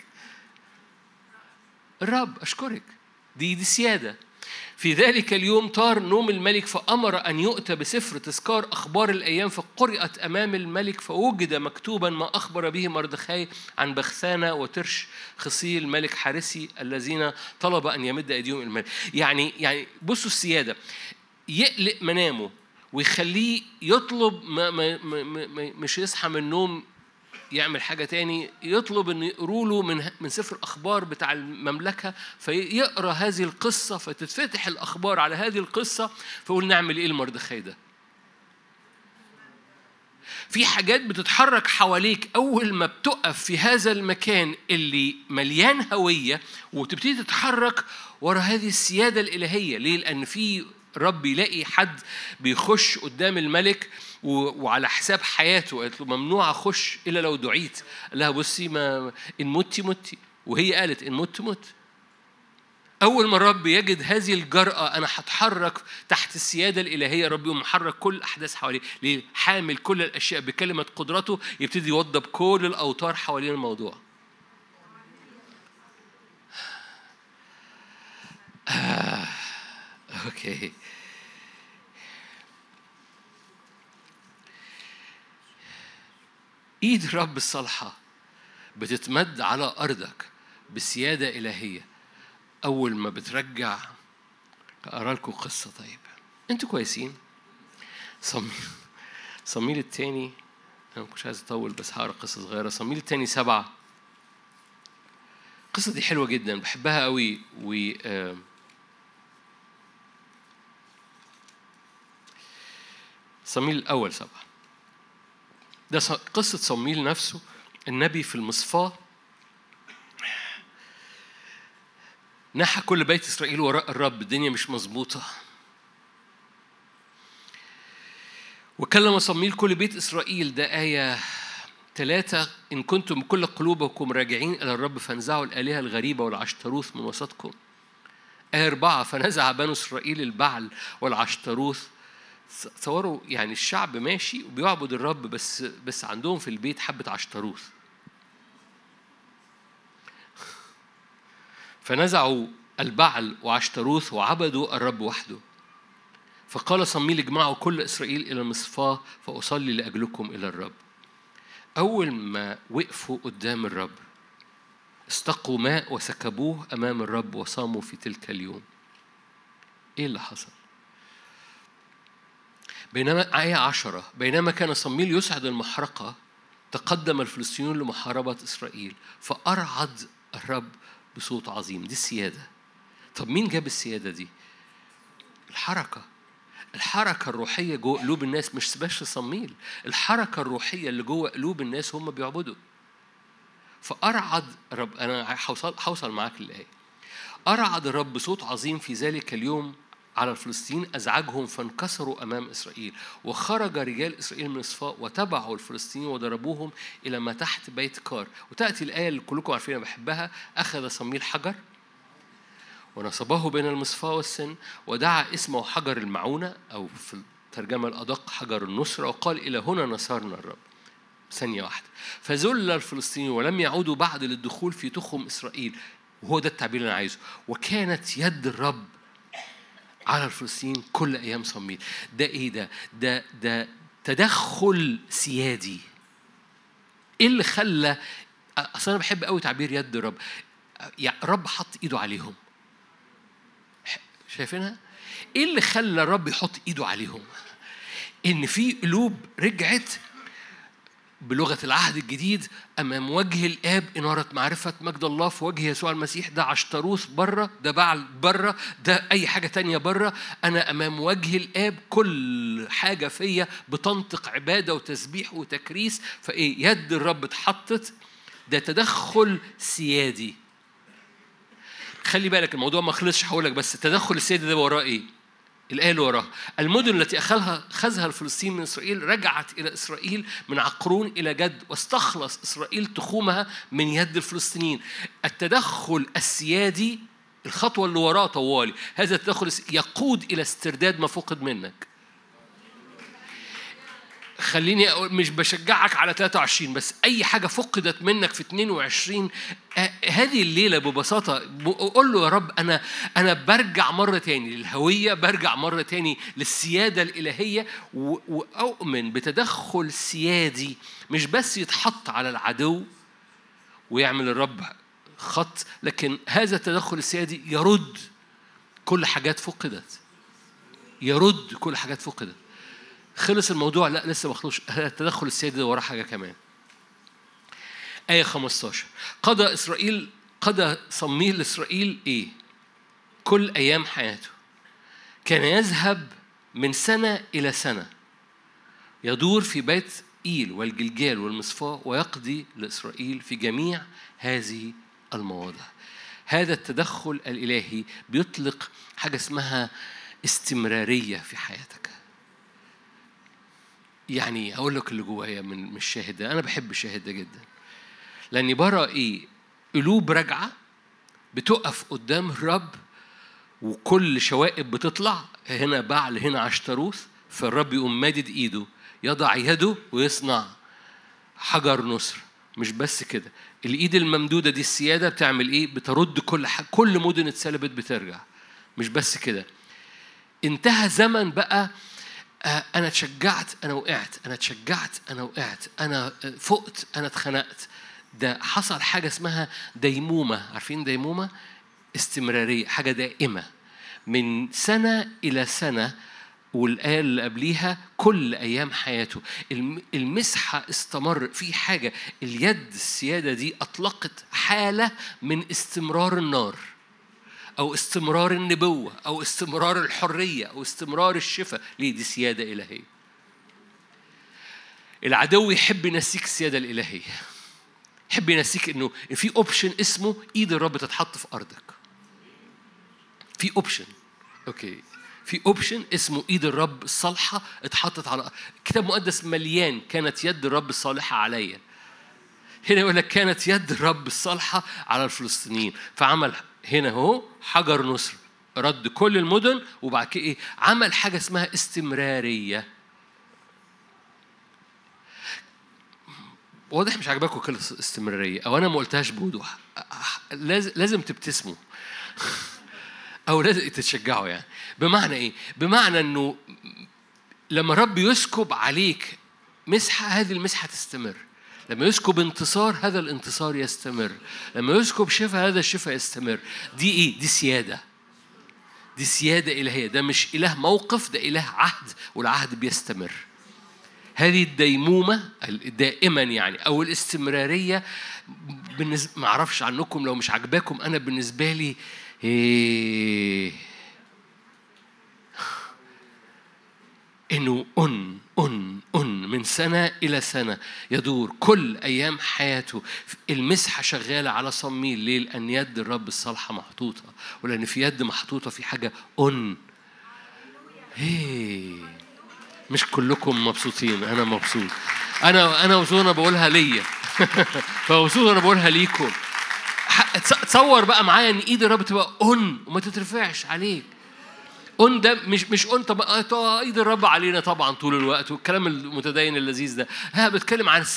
الرب. أشكرك، دي سيادة. في ذلك اليوم طار نوم الملك، فأمر أن يؤتى بسفر تذكار أخبار الأيام، فقرأت أمام الملك، فوجد مكتوبا ما أخبر به مردخاي عن بغثانة وترش خصي الملك حارسي الذين طلب أن يمد أيديهم الملك. يعني بصوا السيادة، يقلق منامه ويخليه يطلب مش يصحى من النوم يعمل حاجة تاني، يطلب أن يقروا له من سفر الأخبار بتاع المملكة، فيقرأ هذه القصة، فتتفتح الأخبار على هذه القصة، فيقول نعمل إيه المردخاي ده؟ في حاجات بتتحرك حواليك أول ما بتقف في هذا المكان اللي مليان هوية وتبتدي تتحرك ورا هذه السيادة الإلهية. ليه؟ لأن في رب يلاقي حد بيخش قدام الملك وعلى حساب حياته، قالت له ممنوع أخش إلا لو دعيت. قال لها بصي، ما إن متي متي، وهي قالت إن مت مت. أول ما الرب يجد هذه الجرأة، أنا هتحرك تحت السيادة الإلهية، رب يقوم محرك كل الأحداث حواليه. ليه؟ حامل كل الأشياء بكلمة قدرته، يبتدي يوضب كل الأوتار حوالين الموضوع. أوكي. إيد الرب الصالحة بتتمد على أرضك بسيادة إلهية. أول ما بترجع، أقرأ لكم قصة. طيب أنتوا كويسين؟ صمويل الثاني، أنا مش عايز أطول بس هقرأ قصة صغيرة. صمويل الثاني 7. القصة دي حلوة جدا، بحبها قوي. صمويل الأول 7 ده قصة صمويل نفسه، النبي في المصفاة نحى كل بيت إسرائيل وراء الرب، الدنيا مش مظبوطة. وكلم صمويل كل بيت إسرائيل، ده آية 3: إن كنتم كل قلوبكم راجعين إلى الرب فانزعوا الآلهة الغريبة والعشتروث من وسطكم. آية 4: فنزع بنو إسرائيل البعل والعشتروث. تصوروا يعني الشعب ماشي وبيعبد الرب، بس عندهم في البيت حبة عشتروث. فنزعوا البعل وعشتروث وعبدوا الرب وحده. فقال صمويل اجمعوا كل إسرائيل إلى مصفاة فأصلي لأجلكم إلى الرب. أول ما وقفوا قدام الرب استقوا ماء وسكبوه أمام الرب وصاموا في تلك اليوم. إيه اللي حصل؟ بينما آية 10: بينما كان صمويل يسعد المحرقة تقدم الفلسطينيون لمحاربة إسرائيل فأرعد الرب بصوت عظيم. دي السيادة. طب مين جاب السيادة دي؟ الحركة. الحركة الروحية جوه قلوب الناس مش بس صميل، الحركة الروحية اللي جوه قلوب الناس هم بيعبدوا. فأرعد رب، أنا هوصل معاك للآية. أرعد الرب بصوت عظيم في ذلك اليوم على الفلسطينيين، أزعجهم فانكسروا أمام إسرائيل، وخرج رجال إسرائيل من الصفاء وتبعوا الفلسطينيين وضربوهم إلى ما تحت بيت كار. وتأتي الآية اللي كلكم عارفينها بحبها: أخذ صمويل حجر ونصبه بين المصفاة والسن، ودعا اسمه حجر المعونة، أو في الترجمة الأدق حجر النصرة، وقال: إلى هنا نصرنا الرب. ثانية واحدة. فذل الفلسطينيين ولم يعودوا بعد للدخول في تخم إسرائيل. وهو ده التعبير اللي أنا عايزه: وكانت يد الرب على الفلسطينيين كل أيام صمويل. ده إيه ده تدخل سيادي. إيه اللي خلى؟ أصلا أنا بحب قوي تعبير يد الرب. يعني الرب حط إيده عليهم. شايفينها؟ إيه اللي خلى الرب يحط إيده عليهم؟ إن في قلوب رجعت بلغة العهد الجديد أمام وجه الآب، إنارة معرفة مجد الله في وجه يسوع المسيح. ده عشتروث بره، ده بعل بره، ده أي حاجة تانية بره. أنا أمام وجه الآب، كل حاجة فيا بتنطق عبادة وتسبيح وتكريس. فإيه؟ يد الرب اتحطت. ده تدخل سيادي. خلي بالك الموضوع ما خلصش، هقولك بس التدخل السيادي ده وراه إيه؟ الآية اللي وراها: المدن التي أخذها الفلسطين من إسرائيل رجعت إلى إسرائيل من عقرون إلى جد، واستخلص إسرائيل تخومها من يد الفلسطينيين. التدخل السيادي الخطوة اللي وراه طوالي. هذا التدخل يقود إلى استرداد ما فقد منك. خليني أقول، مش بشجعك على 23، بس أي حاجة فقدت منك في 22 هذه الليلة ببساطة قول له: يا رب أنا برجع مرة تاني للهوية، برجع مرة تاني للسيادة الإلهية، وأؤمن بتدخل سيادي مش بس يتحط على العدو ويعمل الرب خط، لكن هذا التدخل السيادي يرد كل حاجات فقدت. يرد كل حاجات فقدت. خلص الموضوع؟ لا، لسه ما خلصش. التدخل السيادي ده وراه حاجة كمان. آية 15: قضى صمويل إسرائيل إيه؟ كل أيام حياته كان يذهب من سنة إلى سنة، يدور في بيت إيل والجلجال والمصفاة، ويقضي لإسرائيل في جميع هذه المواضع. هذا التدخل الإلهي بيطلق حاجة اسمها استمرارية في حياتك. يعني هقول لك اللي جوايا من الشاهد ده. أنا بحب الشاهد ده جدا، لأني برى إيه؟ قلوب راجعة بتقف قدام الرب، وكل شوائب بتطلع، هنا بعل هنا عشتروث، فالرب يقوم مادد إيده، يضع يده ويصنع حجر نصر. مش بس كده، الإيد الممدودة دي السيادة بتعمل إيه؟ بترد كل مدن اتسلبت بترجع. مش بس كده، انتهى زمن بقى أنا اتشجعت أنا وقعت، أنا اتشجعت أنا وقعت، أنا فقت أنا اتخنقت. ده حصل حاجة اسمها ديمومة. عارفين ديمومة؟ استمرارية، حاجة دائمة من سنة إلى سنة. والآية اللي قبليها كل أيام حياته. المسحة استمر في حاجة. اليد السيادة دي أطلقت حالة من استمرار النار، أو استمرار النبوة، أو استمرار الحرية، أو استمرار الشفاء. ليه؟ دي سيادة إلهية. العدو يحب ينسيك السيادة الإلهية، يحب ينسيك إنه في أوبشن اسمه إيد الرب تتحط في أرضك. في أوبشن، أوكي، في أوبشن اسمه إيد الرب الصالحة اتحطت على كتاب مقدس مليان كانت يد الرب الصالحة عليا. هنا يقول لك كانت يد الرب الصالحة على الفلسطينيين، فعمل هنا هو حجر نصر، رد كل المدن. وبعد كده إيه؟ عمل حاجة اسمها استمرارية. واضح مش عاجباكم كل استمرارية، أو أنا ما قلتهاش بوضوح. لازم تبتسموا أو لازم تتشجعوا. يعني بمعنى إيه؟ بمعنى إنه لما رب يسكب عليك مسحة، هذه المسحة تستمر. لما يسكب انتصار، هذا الانتصار يستمر. لما يسكب شفاء، هذا الشفاء يستمر. دي إيه؟ دي سيادة. دي سيادة إلهية. ده مش إله موقف، ده إله عهد، والعهد بيستمر. هذه الديمومة دائما يعني، أو الاستمرارية. ما أعرفش عنكم، لو مش عجباكم، أنا بالنسبة لي إنه من سنة إلى سنة يدور كل أيام حياته. المسحة شغالة على صميل. ليه؟ لأن يد الرب الصالحة محطوطة، ولأن في يد محطوطة في حاجة مش كلكم مبسوطين، أنا مبسوط. أنا مبسوط، أنا بقولها ليا فمبسوط أنا بقولها ليكم. تصور بقى معايا إن إيد الرب تبقى وما تترفعش عليك. ده مش طب ايد الرب علينا طبعا طول الوقت والكلام المتدين اللذيذ ده. بتكلم عن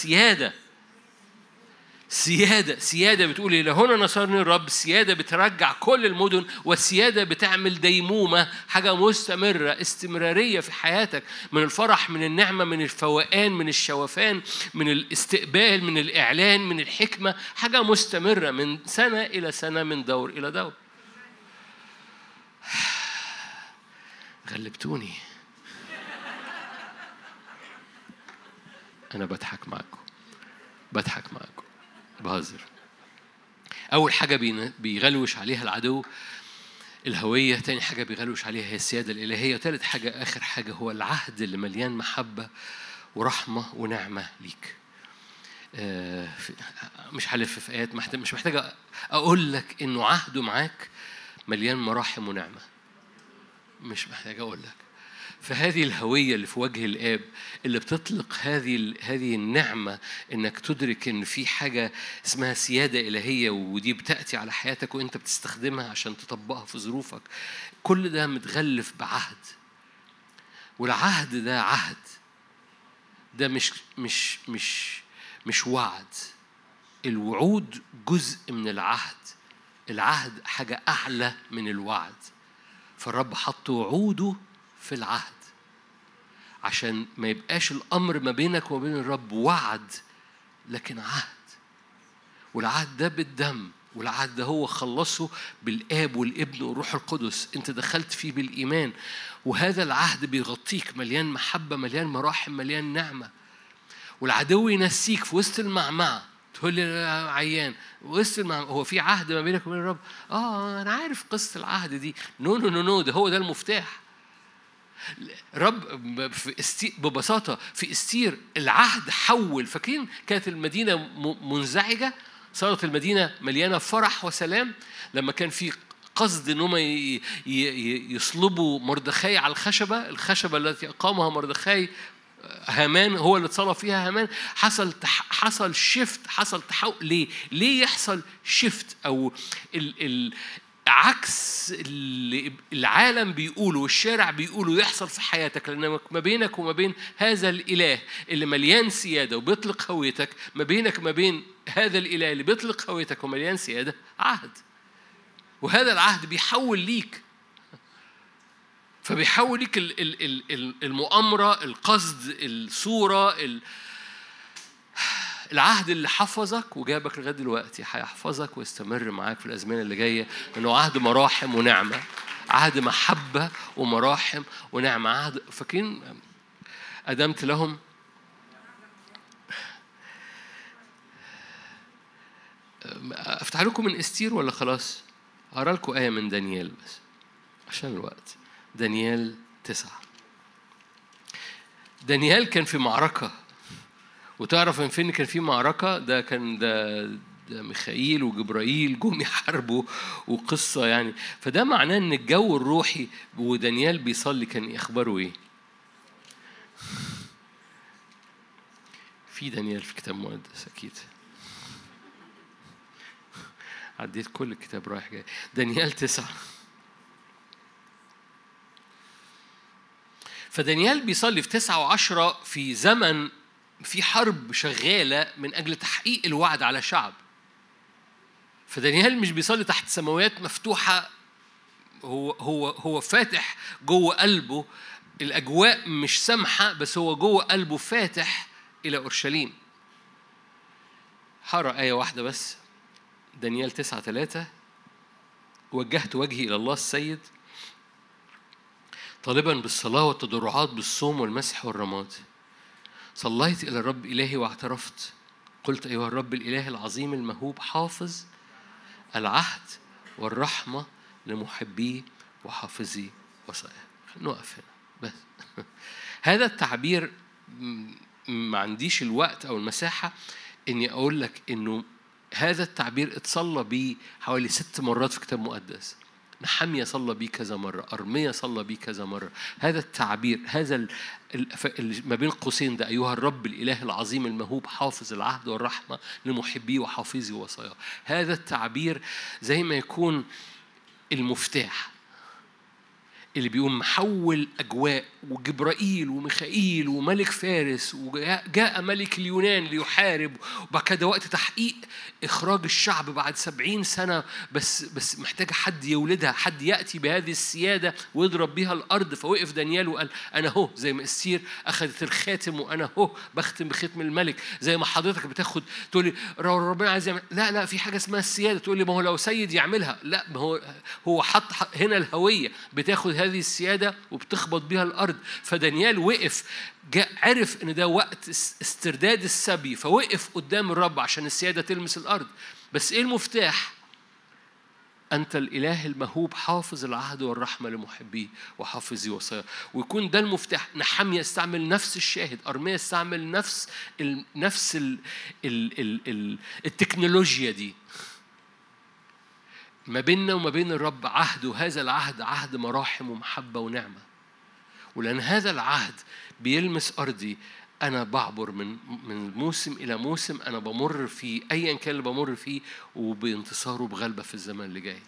سيادة بتقول إيه؟ لهنا نصرني الرب. السيادة بترجع كل المدن، والسيادة بتعمل ديمومة، حاجة مستمرة، استمرارية في حياتك، من الفرح، من النعمة، من الفوقان، من الشوفان، من الاستقبال، من الإعلان، من الحكمة، حاجة مستمرة من سنة إلى سنة، من دور إلى دور. غلبتوني. أنا بضحك معكم بهزر. أول حاجة بيغلوش عليها العدو الهوية، تاني حاجة بيغلوش عليها هي السيادة الإلهية، تالت حاجة آخر حاجة هو العهد اللي مليان محبة ورحمة ونعمة ليك. مش هلف في آيات، مش محتاج أقول لك إنه عهده معاك مليان مراحم ونعمة. مش محتاج أقول لك. فهذه الهوية اللي في وجه الآب اللي بتطلق هذه النعمة، إنك تدرك إن في حاجة اسمها سيادة إلهية، ودي بتأتي على حياتك وإنت بتستخدمها عشان تطبقها في ظروفك. كل ده متغلف بعهد، والعهد ده عهد. ده مش وعد. الوعود جزء من العهد. العهد حاجة أعلى من الوعد. فالرب حط وعوده في العهد عشان ما يبقاش الأمر ما بينك وما بين الرب وعد، لكن عهد. والعهد ده بالدم، والعهد ده هو خلصه بالآب والابن والروح القدس. انت دخلت فيه بالإيمان، وهذا العهد بيغطيك، مليان محبة، مليان مراحم، مليان نعمة. والعدو ينسيك في وسط المعمعة. تقول لي عيان وسط المعمعة، هو في عهد ما بينك وبين الرب؟ أنا عارف قصة العهد دي. نو، ده هو ده المفتاح. رب ببساطة في استير العهد حول. فاكرين كانت المدينة منزعجة، صارت المدينة مليانة فرح وسلام لما كان في قصد إنهم يصلبوا مردخاي على الخشبة التي أقامها مردخاي. هامان هو اللي اتصلب فيها هامان. حصل شيفت، حصل تحول. ليه يحصل شيفت أو عكس اللي العالم بيقوله والشارع بيقوله يحصل في حياتك؟ لأنك ما بينك وما بين هذا الإله اللي مليان سيادة وبيطلق هويتك، ما بينك ما بين هذا الإله اللي بيطلق هويتك ومليان سيادة، عهد. وهذا العهد بيحول ليك، فبيحول ليك المؤامرة، القصد، الصورة، العهد اللي حفظك وجابك لغاية دلوقتي هيحفظك ويستمر معاك في الأزمنة اللي جاية، لأنه عهد مراحم ونعمة، عهد محبة ومراحم ونعمة. عهد فاكرين أدمت لهم أفتح لكم من استير ولا خلاص؟ أقرأ لكم آية من دانيال بس عشان الوقت. دانيال 9. دانيال كان في معركة، وتعرف من فين كان في معركة؟ ده كان ده ميخائيل وجبرائيل جم يحاربوا وقصة يعني. فده معناه ان الجو الروحي، ودانيال بيصلي كان اخباره ايه؟ في دانيال في كتاب مقدس اكيد، عديت كل الكتاب رايح جاي. دانيال 9. فدانيال بيصلي في 9 و10 في زمن في حرب شغالة من أجل تحقيق الوعد على شعب. فدانيال مش بيصلي تحت سماوات مفتوحة، هو فاتح جوه قلبه. الأجواء مش سامحة، بس هو جوه قلبه فاتح إلى أورشليم. هقرأ آية واحدة بس، دانيال 9:3. وجهت وجهي إلى الله السيد طالبا بالصلاة والتضرعات بالصوم والمسح والرماد. صليت إلى الرب إلهي واعترفت، قلت أيها الرب الإله العظيم المهوب، حافظ العهد والرحمة لمحبيه وحافظي وصاياه. نقف هنا بس. هذا التعبير ما عنديش الوقت أو المساحة إني أقول لك إنه هذا التعبير اتصلى بيه حوالي 6 مرات في كتاب مقدس. نحمية صلى بيه كذا مرة، أرمية صلى بيه كذا مرة. هذا التعبير، هذا ما بين قوسين ده، أيها الرب الإله العظيم المهوب حافظ العهد والرحمة لمحبيه وحافظي وصاياه. هذا التعبير زي ما يكون المفتاح اللي بيقوم محول أجواء، وجبرائيل وميخائيل وملك فارس، وجاء ملك اليونان ليحارب، وبعد كده وقت تحقيق إخراج الشعب بعد 70 سنة، بس محتاجة حد يولدها، حد يأتي بهذه السيادة ويضرب بها الأرض. فوقف دانيال وقال أنا هو، زي ما استير أخذت الخاتم وأنا هو بختم بختم الملك. زي ما حضرتك بتاخد تقول لي ربنا عايز يعمل، لا في حاجة اسمها السيادة. تقول لي ما هو لو سيد يعملها، لا، ما هو حط هنا الهوية، بتاخد هذه السيادة وبتخبط بها الأرض. فدانيال وقف، عرف إن ده وقت استرداد السبي، فوقف قدام الرب عشان السيادة تلمس الأرض. بس إيه المفتاح؟ أنت الإله المهوب حافظ العهد والرحمة لمحبيه وحافظي وصاياه. ويكون ده المفتاح. نحمية استعمل نفس الشاهد، أرميا استعمل نفس التكنولوجيا دي. ما بيننا وما بين الرب عهد، وهذا العهد عهد مراحم ومحبة ونعمة. ولأن هذا العهد بيلمس أرضي، أنا بعبر من موسم إلى موسم، أنا بمر فيه أيا كان اللي بمر فيه، وبانتصاره بغلبة في الزمن اللي جاي.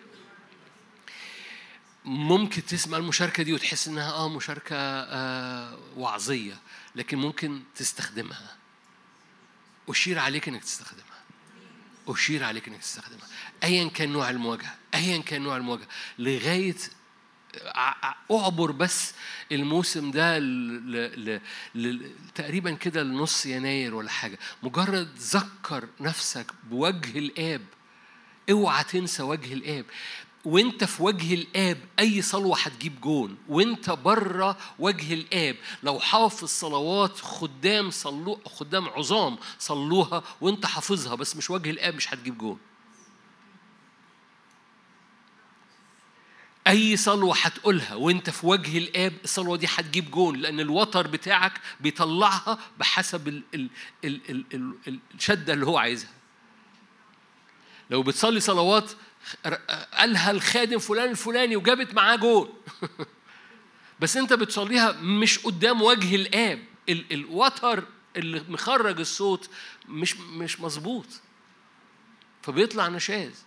ممكن تسمع المشاركة دي وتحس إنها مشاركة وعظية، لكن ممكن تستخدمها. أشير عليك إنك تستخدمها. أشير عليك إنك تستخدمها أيا كان نوع المواجهة، أيا كان نوع المواجهة، لغاية أعبر بس الموسم ده تقريبا كده لنص يناير ولا حاجة. مجرد ذكر نفسك بوجه الآب. اوعى تنسى وجه الآب. وانت في وجه الآب أي صلوة هتجيب جون. وانت بره وجه الآب لو حافظ صلوات خدام خدام عظام صلوها وانت حافظها بس مش وجه الآب، مش هتجيب جون. أي صلوة هتقولها وانت في وجه الآب، الصلوة دي هتجيب جون، لأن الوتر بتاعك بيطلعها بحسب الشدة اللي هو عايزها. لو بتصلي صلوات قالها الخادم فلان الفلاني وجابت معاه جون بس انت بتصليها مش قدام وجه الآب، الوتر اللي مخرج الصوت مش مظبوط، فبيطلع نشاز.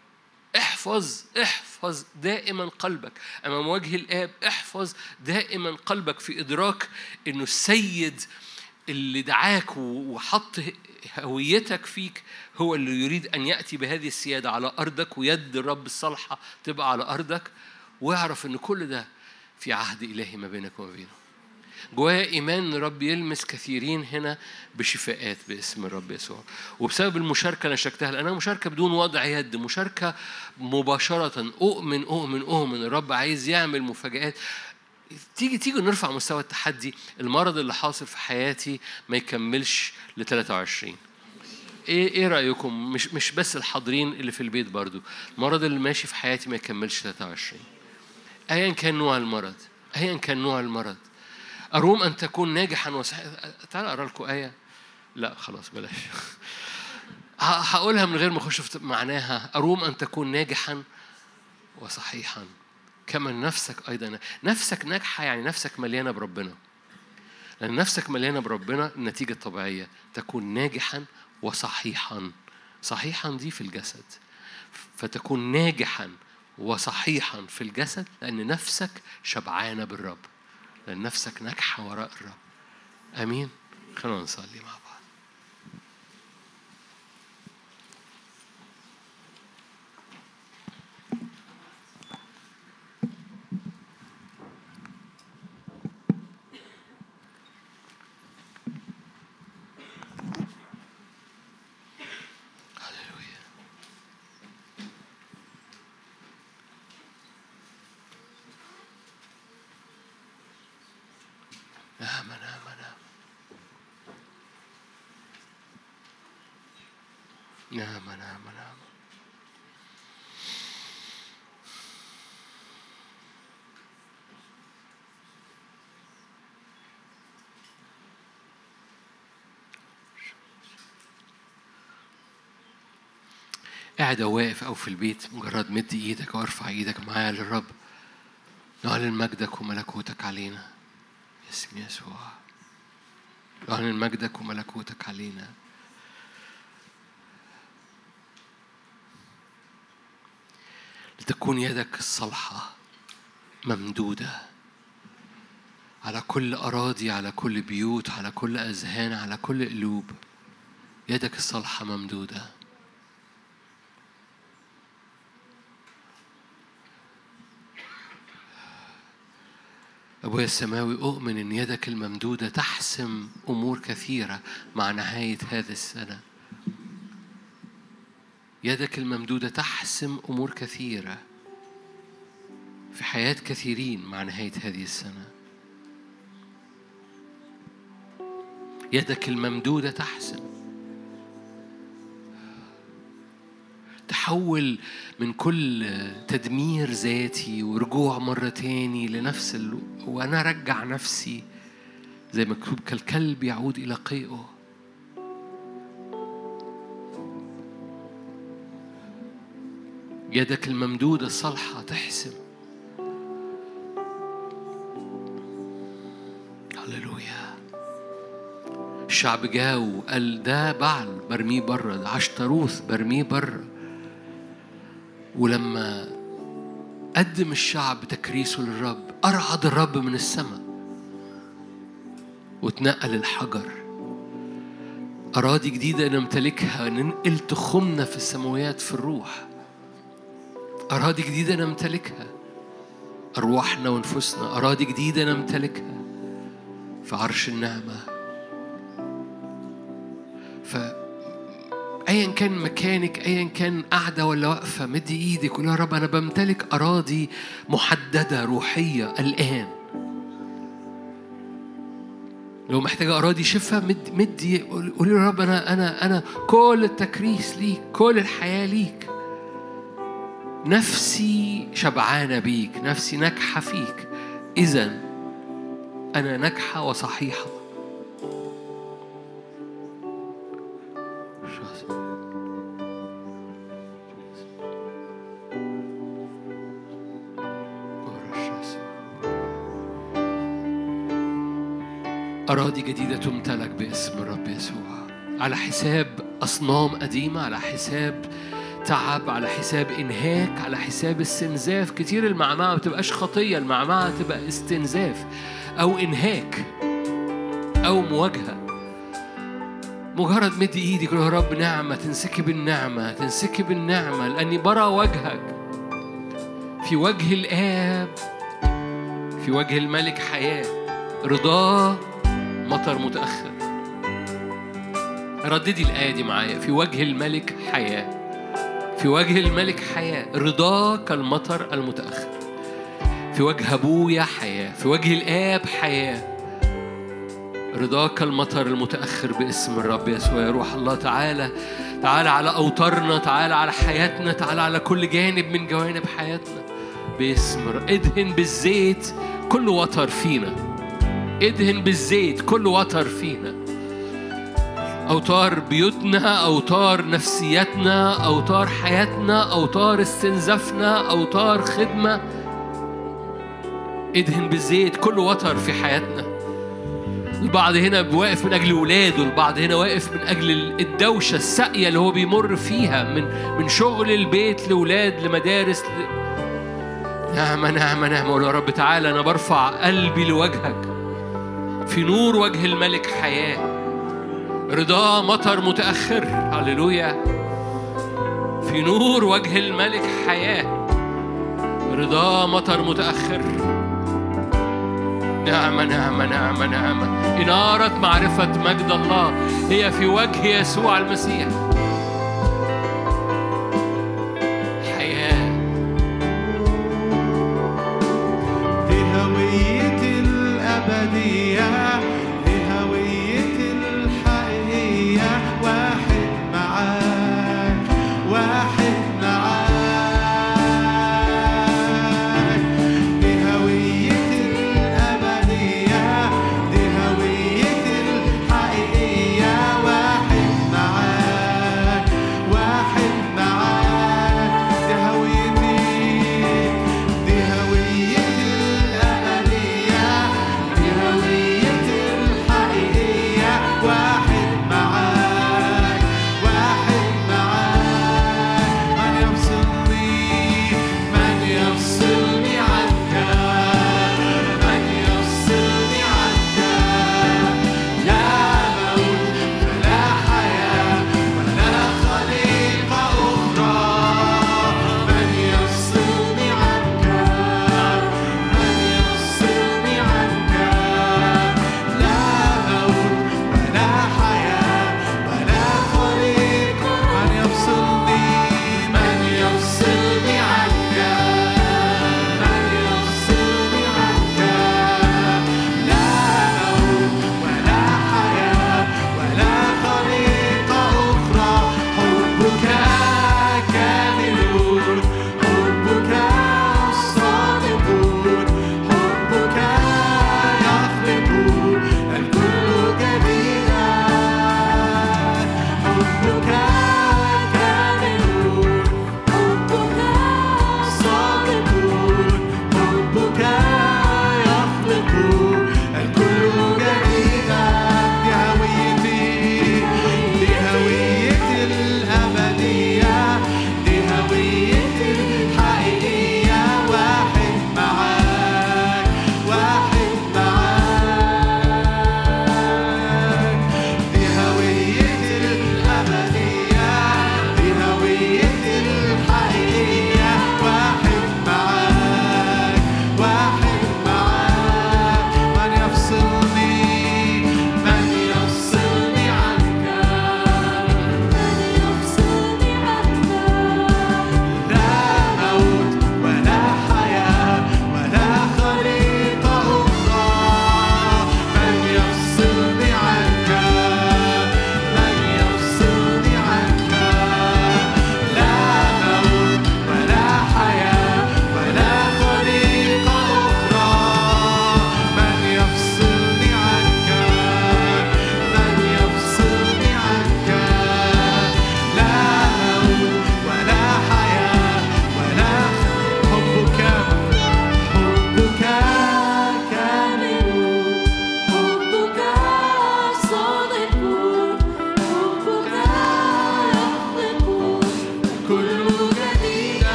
احفظ دائما قلبك أمام وجه الآب. احفظ دائما قلبك في إدراك إنه السيد اللي دعاك وحط هويتك فيك هو اللي يريد أن يأتي بهذه السيادة على أرضك، ويد الرب الصالحة تبقى على أرضك. واعرف إن كل ده في عهد إلهي ما بينك وما بينه. جوايا إيمان إن الرب يلمس كثيرين هنا بشفاءات باسم الرب يسوع. وبسبب المشاركة اللي شاركتها، لأنها مشاركة بدون وضع يد، مشاركة مباشرة. أؤمن الرب عايز يعمل مفاجآت. تيجي نرفع مستوى التحدي. المرض اللي حاصل في حياتي ما يكملش ل 23. إيه رأيكم؟ مش بس الحاضرين اللي في البيت، برضو المرض اللي ماشي في حياتي ما يكملش 23. أيا كان نوع المرض. أروم أن تكون ناجحا وصحيحا. تعالوا أقرأ لكم آية. لا خلاص بلاش هقولها من غير ما أخش في معناها. أروم أن تكون ناجحا وصحيحا كما نفسك أيضا. نفسك ناجحة يعني نفسك مليانة بربنا. لأن نفسك مليانة بربنا، النتيجة الطبيعية تكون ناجحا وصحيحا. صحيحا دي في الجسد، فتكون ناجحا وصحيحا في الجسد، لأن نفسك شبعانة بالرب، لأن نفسك ناجحة وراء الرب. أمين. خلونا نصلي مع بعض. هللويا. نعم. قاعد أو واقف أو في البيت، مجرد مد إيدك وارفع إيدك معايا للرب. نعلن مجدك وملكوتك علينا باسم يسوع. نعلن مجدك وملكوتك علينا. لتكون يدك الصالحة ممدودة على كل أراضي، على كل بيوت، على كل أذهان، على كل قلوب. يدك الصالحة ممدودة. أبويا السماوي، أؤمن أن يدك الممدودة تحسم أمور كثيرة مع نهاية هذه السنة. يدك الممدودة تحسم أمور كثيرة في حياة كثيرين مع نهاية هذه السنة. يدك الممدودة تحسم، تحول من كل تدمير ذاتي ورجوع مرة تاني لنفس وأنا رجع نفسي زي ما مكتوب كالكلب يعود إلى قيئه. يدك الممدودة الصالحة تحسم. هللويا. الشعب جاء وقال ده بعل برميه بره، ده عشتروث برميه بره. ولما قدم الشعب تكريسه للرب، أرعد الرب من السماء وتنقل الحجر. أراضي جديدة نمتلكها، ننقل تخمنا في السماويات في الروح. أراضي جديدة نمتلكها، أرواحنا ونفوسنا. أراضي جديدة نمتلكها في عرش النعمة. أيا كان مكانك، أيا كان قاعدة ولا واقفة، مدي إيدك وقول يا رب أنا بمتلك أراضي محددة روحية الآن. لو محتاجة أراضي شفاء مدي قولي يا رب أنا كل التكريس ليك، كل الحياة ليك. نفسي شبعانة بيك، نفسي ناجحة فيك، إذن أنا ناجحة وصحيحة. أراضي جديدة تمتلك باسم الرب يسوع، على حساب أصنام قديمة، على حساب تعب، على حساب إنهاك، على حساب استنزاف. كتير المعمعة ما بتبقاش خطية، المعمعة تبقى استنزاف أو إنهاك أو مواجهة. مجرد مدي إيدي يا رب نعمة تنسكب النعمة، تنسكب النعمة، لأني برى وجهك في وجه الآب، في وجه الملك حياة، رضاه مطر متأخر. رددي الآية دي معايا، في وجه الملك حياة، في وجه الملك حياة، رضاه كالمطر المتأخر. في وجه أبويا حياة، في وجه الآب حياة، رضاه كالمطر المتأخر باسم الرب يسوع. يا روح الله تعالى، تعالى على أوتارنا، تعالى على حياتنا، تعالى على كل جانب من جوانب حياتنا باسم الرب. ادهن بالزيت كل وتر فينا، ادهن بالزيت كل وتر فينا، أوتار بيوتنا، أوتار نفسياتنا، أوتار حياتنا، أوتار استنزافنا، أوتار خدمة. ادهن بالزيت كل وتر في حياتنا. البعض هنا واقف من أجل ولاده، البعض هنا واقف من أجل الدوشة الساقية اللي هو بيمر فيها، من شغل البيت لولاد لمدارس نعمة نعمة نعمة. قول يا رب تعالى أنا برفع قلبي لوجهك، في نور وجه الملك حياة، رضا مطر متأخر. هللويا. في نور وجه الملك حياة، رضا مطر متأخر. نعمة نعمة نعمة نعمة. إنارة معرفة مجد الله هي في وجه يسوع المسيح. حياة دي هوية الأبدية، دي هوية الحقيقية. واحد معاك، واحد معاك. دي هوية الأبدية، دي هوية الحقيقية. واحد معاك، واحد معاك.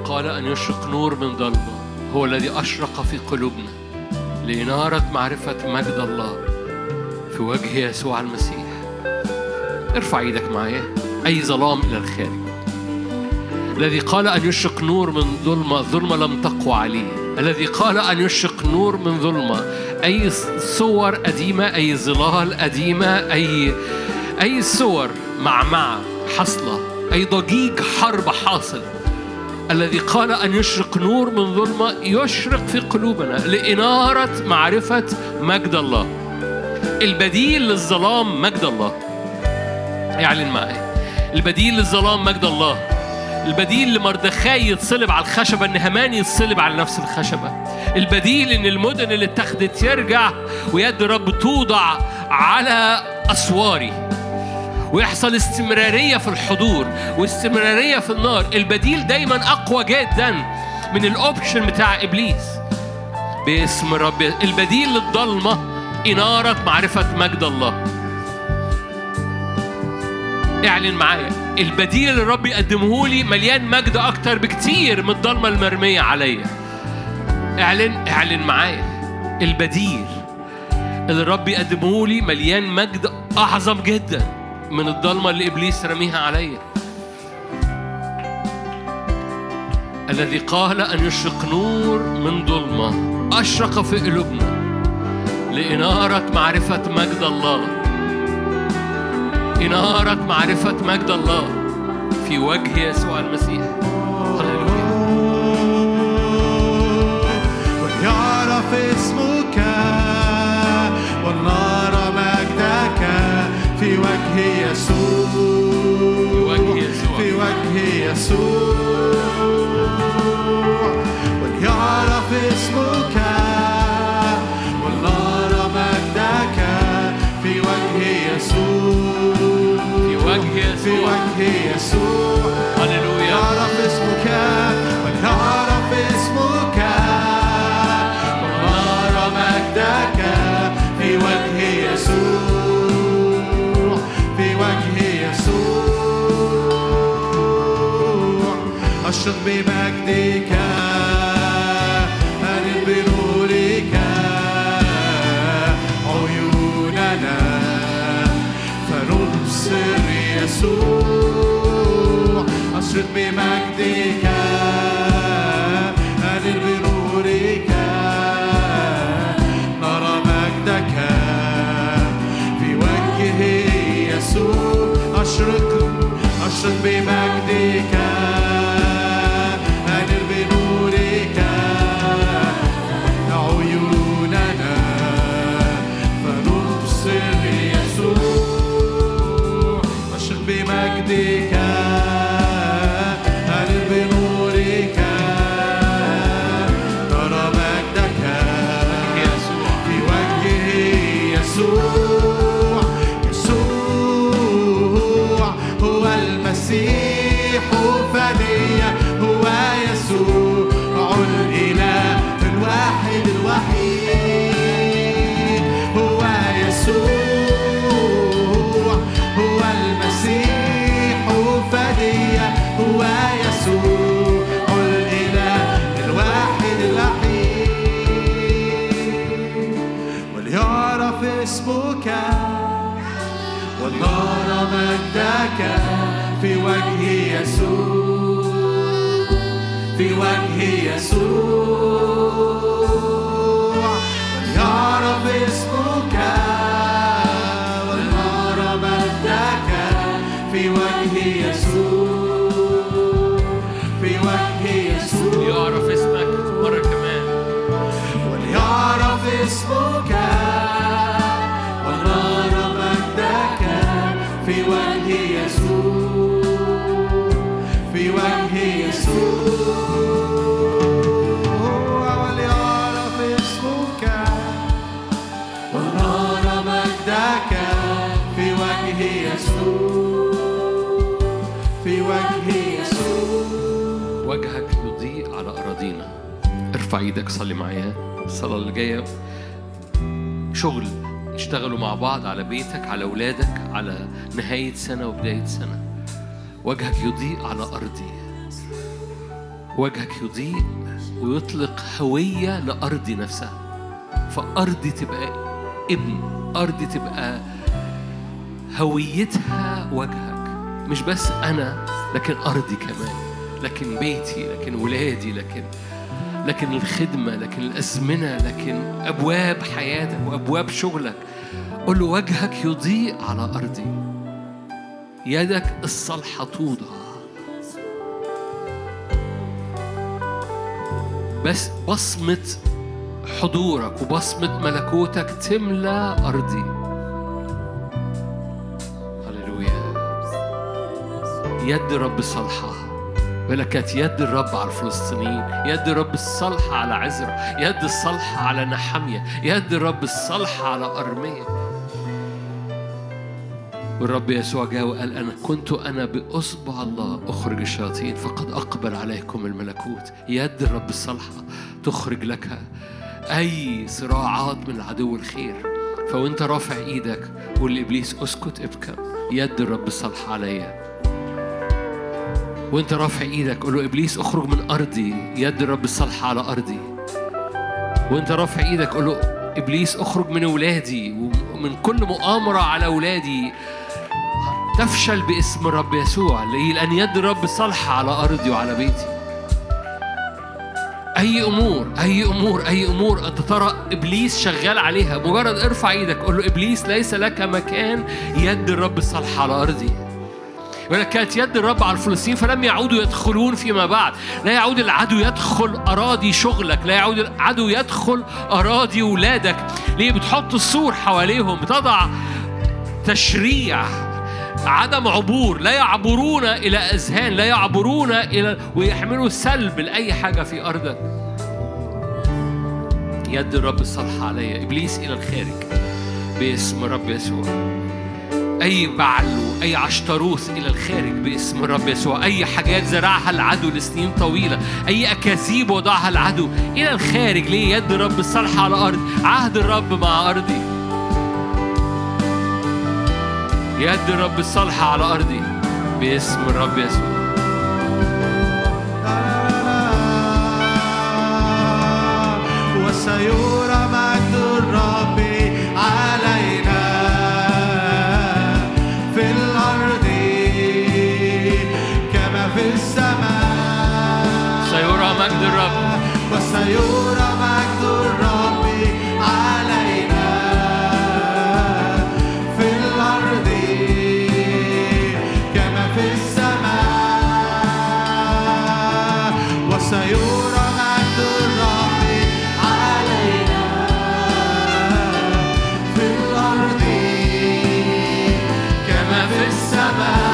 قال أن يشرق نور من ظلمة هو الذي أشرق في قلوبنا لإنارة معرفة مجد الله في وجه يسوع المسيح. ارفع ايدك معايا. أي ظلام إلى الخارج. الذي قال أن يشرق نور من ظلمة، الظلمة لم تقوى عليه. الذي قال أن يشرق نور من ظلمة، أي صور قديمة، أي ظلال قديمة، أي صور معمعة حصلة، أي ضجيج حرب حاصل. الذي قال أن يشرق نور من ظلمة يشرق في قلوبنا لإنارة معرفة مجد الله. البديل للظلام مجد الله. اعلن معايا. البديل للظلام مجد الله. البديل لمردخاي يتصلب على الخشبة، إن هامان يتصلب على نفس الخشبة. البديل إن المدن اللي اتخذت يرجع ويد الرب توضع على أسواري ويحصل استمرارية في الحضور واستمرارية في النار. البديل دايما أقوى جدا من الأوبشن بتاع إبليس. باسم الرب. البديل للضلمة إنارة معرفة مجد الله. اعلن معايا. البديل اللي الرب يقدمه لي مليان مجد أكتر بكتير من الضلمة المرمية عليا. اعلن معايا. البديل اللي الرب يقدمه لي مليان مجد أعظم جدا من الضلمة اللي إبليس رميها عليا. الذي قال أن يشرق نور من ظلمة أشرق في قلوبنا لإنارة معرفة مجد الله. إنارة معرفة مجد الله في وجه يسوع المسيح. هللويا. ويعرف اسمك ونرى مجدك في وجه يسوع. في وجه يسوع. ويعرف اسمك ونرى مجدك في وجه يسوع. في وجه يسوع. هللويا. يعرف اسمك ونعرف اسمك ونرى مجدك في وجه يسوع. في وجه يسوع. أشرق بمجدك أنر بنورك عيوننا فنبصر يسوع. أشرق بمجدك أنر بنورك نرى مجدك في وجه يسوع. أشرق بمجدك أنر بنورك عيوننا فنبصر يسوع. أشرق بمجدك أنر بنورك نرى مجدك في وجه يسوع. يسوع هو المسيح فدية. هو يسوع الإله الواحد الوحيد. هو يسوع هو المسيح فدية. هو يسوع الإله الواحد الوحيد. وليعرف اسمك ونرى مجدك في وجه يسوع. في وجه يسوع. وليعرف اسمك ونرى مجدك في وجه يسوع. في وجه يسوع. يعرف اسمك مرة كمان. وليعرف اسمك ونرى مجدك في وجه يسوع. في وجه يسوع. وليعرف اسمك ونرى مجدك في وجه يسوع. في وجه يسوع. وجهك يضيء على أراضينا. ارفع ايدك صلي معايا. الصلاة اللي جاية شغل اشتغلوا مع بعض على بيتك، على أولادك، على نهاية سنة وبداية سنة. وجهك يضيء على أرضي. وجهك يضيء ويطلق هوية لأرضي نفسها، فأرضي تبقى ابن، أرضي تبقى هويتها وجهك، مش بس أنا لكن أرضي كمان، لكن بيتي، لكن ولادي، لكن الخدمة، لكن الأزمنة، لكن أبواب حياتك وأبواب شغلك. قل له وجهك يضيء على أرضي، يدك الصالحة توضع، بس بصمة حضورك وبصمة ملكوتك تملى أرضي. هللويا. يد رب صالحة، ولكت يد الرب على الفلسطينيين، يد الرب الصالحة على عزرا، يد الصالحة على نحمية، يد الرب الصالحة على أرمية. والرب يسوع جاء وقال أنا كنت بأصبع الله أخرج الشياطين، فقد أقبل عليكم الملكوت. يد الرب الصالحة تخرج لك أي صراعات من عدو الخير. فوانت رافع إيدك قول لإبليس اسكت ابكى، يد الرب الصالحة عليا. وانت رافع إيدك قول له إبليس اخرج من أرضي، يد الرب الصالحة على أرضي. وانت رافع إيدك قول له إبليس اخرج من أولادي ومن كل مؤامرة على أولادي تفشل باسم الرب يسوع، لأن يد الرب الصالحة على أرضي وعلى بيتي. أي أمور أنت ترى إبليس شغال عليها، مجرد ارفع إيدك قول له إبليس ليس لك مكان، يد الرب الصالحة على أرضي. ولكن كانت يد الرب على الفلسطينيين فلم يعودوا يدخلون فيما بعد. لا يعود العدو يدخل أراضي شغلك، لا يعود العدو يدخل أراضي ولادك. ليه؟ بتحط السور حواليهم، بتضع تشريع عدم عبور، لا يعبرون إلى أذهان، لا يعبرون إلى ويحملوا سلب لأي حاجة في أرضك. يد الرب الصالحة عليا، إبليس إلى الخارج باسم الرب يسوع. أي بعل أي عشتروث إلى الخارج باسم الرب يسوع. أي حاجات زرعها العدو لسنين طويلة، أي أكاذيب وضعها العدو إلى الخارج. ليه؟ يد الرب الصالحة على أرض، عهد الرب مع أرضي، يد الرب الصالحة على أرضي باسم الرب يسوع. وسيرى مجد الرب علينا في الأرض كما في السماء. سيرى مجد الرب، وسيرى مجد الرب علينا في الأرض كما في السماء. وسيرى مجد الرب علينا في الأرض كما في السماء.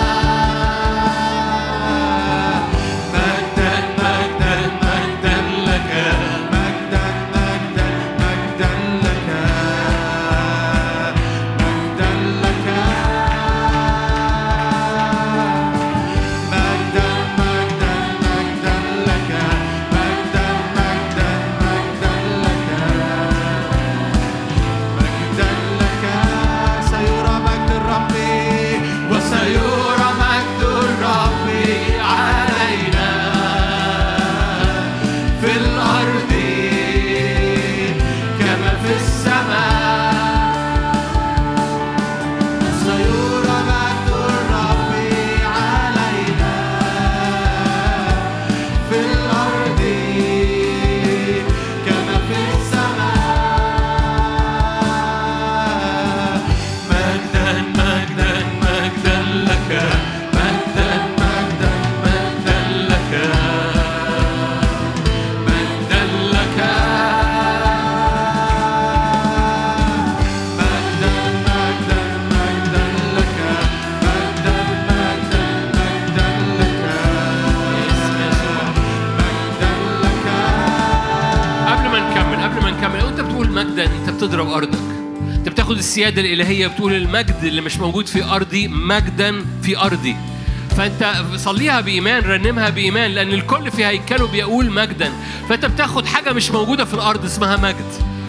بتضرب أرضك، أنت بتاخد السيادة الإلهية، بتقول المجد اللي مش موجود في أرضي مجدا في أرضي. فأنت صليها بإيمان، رنمها بإيمان، لأن الكل في هيكله بيقول مجدا. فأنت بتاخد حاجة مش موجودة في الأرض اسمها مجد،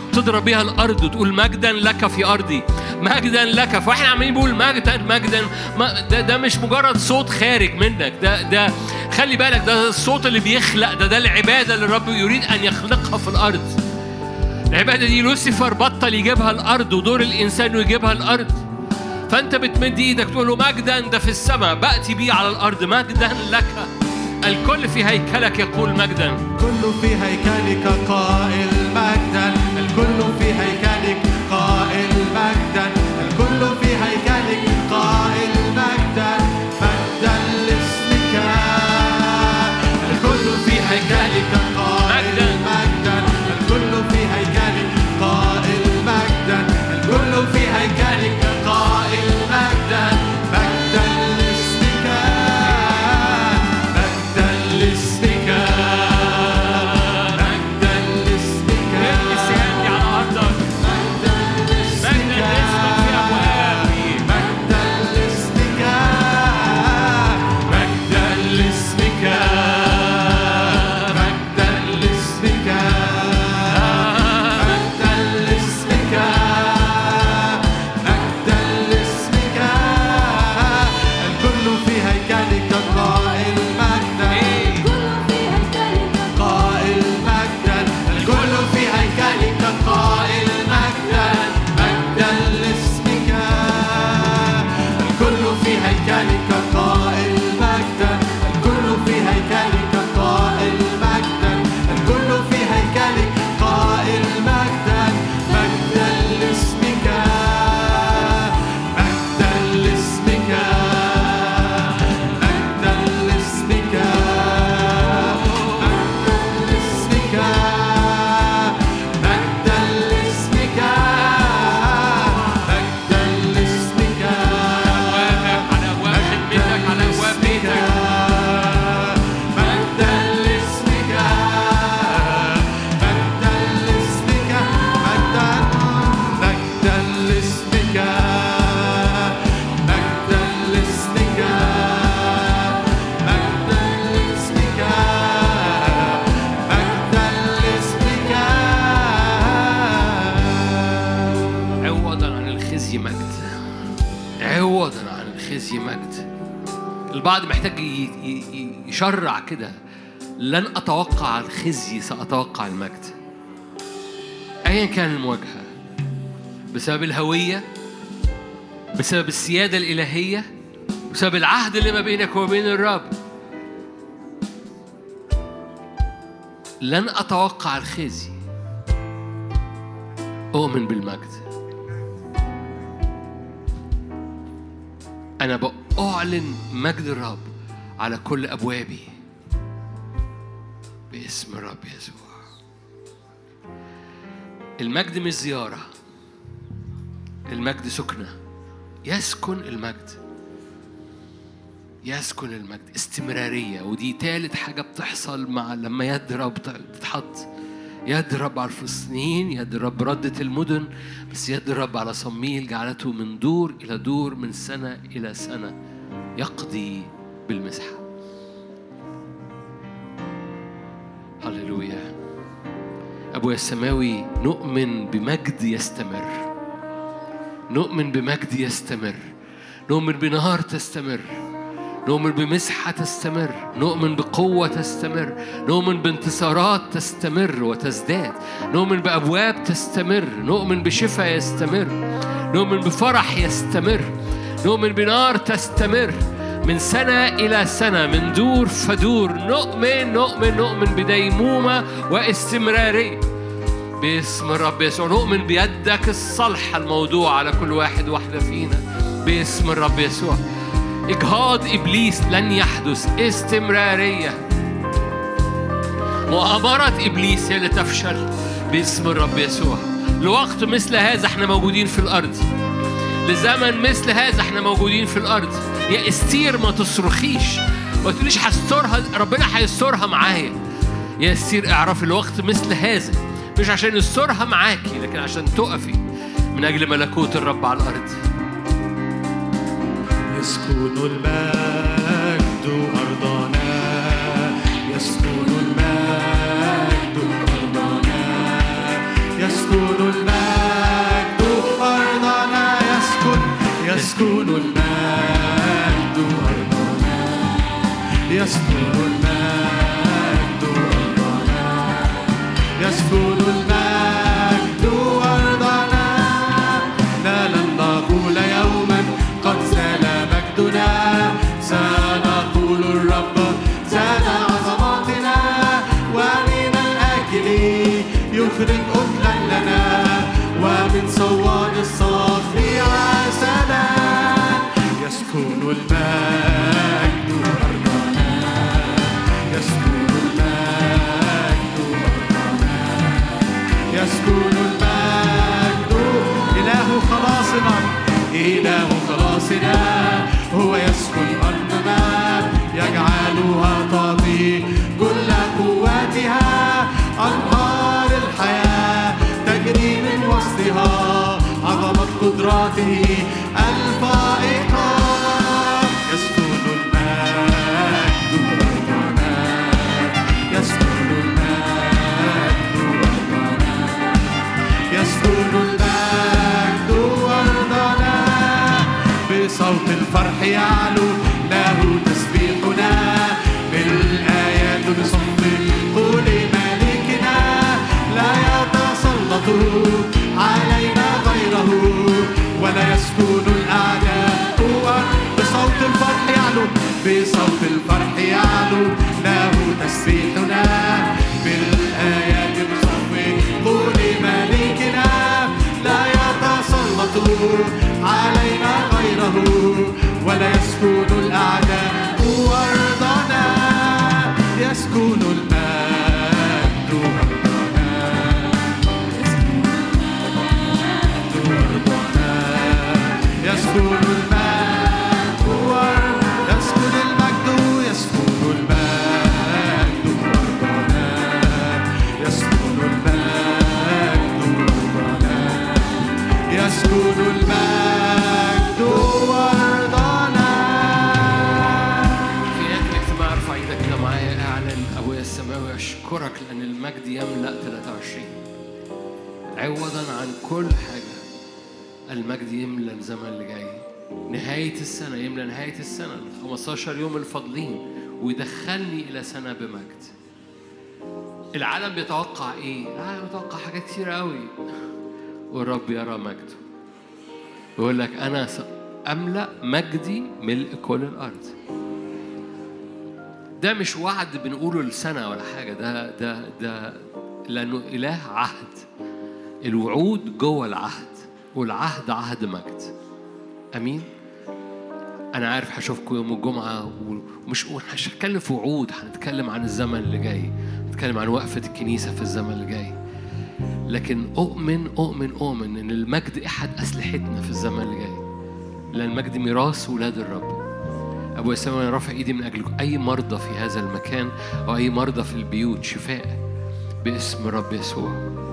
تضرب بيها الأرض وتقول مجدا لك في أرضي، مجدا لك. فإحنا عمالين بنقول مجدا مجدا. ده مش مجرد صوت خارج منك، ده خلي بالك، ده الصوت اللي بيخلق، ده العبادة اللي الرب يريد أن يخلقها في الأرض. العبادة دي لوسيفر بطل يجيبها الأرض، ودور الإنسان يجيبها الأرض. فأنت بتمد إيدك تقول له مجدا ده في السماء، بأتي بيه على الأرض، مجدا لك. الكل في هيكلك يقول مجدا. الكل في هيكلك قائل مجدا، الكل في هيكلك قائل مجدا، الكل في هيكلك قائل مجدا، مجدا لاسمك. الكل في هيكلك قائل مجدا، الكل في هيكلك قائل مجدا، الكل في هيكلك قائل مجدا، مجدا لاسمك، مجدا لاسمك، مجدا لاسمك. السهام دي على أرضك، مجدا لاسمك، مجدا لاسمك في أبوابي، مجدا لاسمك، مجدا لاسمك، مجدا لاسمك، مجدا لاسمك، مجدا لاسمك. الكل في هيكلك قائل مجدا، قائل مجدا، الكل في هيكلك قائل مجدا، مجدا لاسمك. الكل في هيكلك قائل مجدا، الكل في هيكلك قائل مجدا، الكل في هيكلك قائل مجدا، مجدا لاسمك، مجدا لاسمك، مجدا لاسمك، مجدا لاسمك، مجدا لاسمك، على أبواب خدمتك، على أبواب بيتك. مجدا لاسمك، مجدا لاسمك، مجدا، مجدا لاسمك، مجدا لاسمك، مجدا لاسمك، مجدا لاسمك. عوضا عن الخزي مجد، عوضا عن الخزي مجد. البعض محتاج يشرع كده، لن أتوقع الخزي، سأتوقع المجد. أيا كان المواجهة، بسبب الهوية، بسبب السيادة الإلهية، بسبب العهد اللي ما بينك وبين الرب، لن أتوقع الخزي. أؤمن بالمجد. أنا بأعلن مجد الرب على كل أبوابي باسم الرب يسوع. المجد مش زيارة، المجد سكنة. يسكن المجد، يسكن المجد، استمرارية. ودي ثالث حاجة بتحصل مع لما يد الرب تتحط. يد الرب على الفلسطينيين، يد الرب ردت المدن، بس يد الرب على صموئيل جعلته من دور إلى دور، من سنة إلى سنة، يقضي بالمسحة. هللويا. أبويا السماوي، نؤمن بمجد يستمر، نؤمن بمجد يستمر، نؤمن بنهار تستمر، نؤمن بمسحة تستمر، نؤمن بقوة تستمر، نؤمن بانتصارات تستمر وتزداد، نؤمن بأبواب تستمر، نؤمن بشفاء يستمر، نؤمن بفرح يستمر، نؤمن بنار تستمر من سنة إلى سنة، من دور فدور. نؤمن بديمومة واستمرارية باسم الرب يسوع. نؤمن بيدك الصالحة الموضوع على كل واحد واحدة فينا باسم الرب يسوع. إجهاض إبليس لن يحدث، استمرارية. مؤامرة إبليس هي اللي تفشل باسم الرب يسوع. لوقت مثل هذا احنا موجودين في الأرض، لزمن مثل هذا احنا موجودين في الأرض. يا استير ما تصرخيش، ما تقوليش هسترها، ربنا هيسترها معايا. يا استير اعرفي الوقت مثل هذا مش عشان يسترها معاكي، لكن عشان تقفي من أجل ملكوت الرب على الأرض. يسكن المجد أرضنا، يسكن المجد أرضنا، يسكن يسكن المجد أرضنا يسكن المجد أرضنا يسكن المجد أرضنا لا لن نقول يوما قد زال مجدنا سنقول الرب زاد عظماتنا ومن الأجل يخرج أكلا لنا ومن صوان الصافي عسلا يسكن المجد أرضنا يسكن المجد أرضنا يسكن المجد إله خلاصنا إله خلاصنا هو يسكن أرضنا يجعلها تعطي كل قواتها أنهار الحياة تجري من وسطها عظمة قدراته الفائقة يسكن المجد أرضنا يسكن المجد أرضنا يسكن المجد أرضنا بصوت الفرح يعلو له تسبيحنا بالآيات نصفق قول ملكنا لا يتسلط علينا غيره ولا يسكن الأعداء بصوت الفرح يعلو بصوت الفرح يعلو له تسبيحنا بالآيات نصفق قول ملكنا لا يتسلط علينا غيره ولا يسكن الأعداء أرضنا يسكن المجد أرضنا يسكن المجد يسكن المجد يسكن المجد أرضنا يسكن المجد أرضنا يسكن المجد أرضنا. في نهاية الاجتماع ارفع ايدك كده معايا، اعلن ابويا السماوي اشكرك لان المجد يملأ 23 عوضا عن كل حاجة. المجد يملأ الزمن اللي جاي، نهاية السنة يملأ نهاية السنة، 15 يوم الفاضلين، ويدخلني إلى سنة بمجد. العالم بيتوقع إيه؟ العالم بيتوقع حاجات كتير قوي، والرب يرى مجده يقول لك أنا أملأ مجدي ملء كل الأرض. ده مش وعد بنقوله لسنة ولا حاجة، ده لأنه إله عهد. الوعود جوه العهد، والعهد عهد مجد. أمين. أنا عارف هشوفكم يوم الجمعة، ومش هنتكلم في وعود، هنتكلم عن الزمن اللي جاي، هنتكلم عن وقفة الكنيسة في الزمن اللي جاي. لكن أؤمن إن المجد أحد أسلحتنا في الزمن اللي جاي، لأن المجد ميراث ولاد الرب. أبو السماء أنا رافع إيدي من أجلكم، أي مرضى في هذا المكان أو أي مرضى في البيوت شفاء باسم الرب يسوع.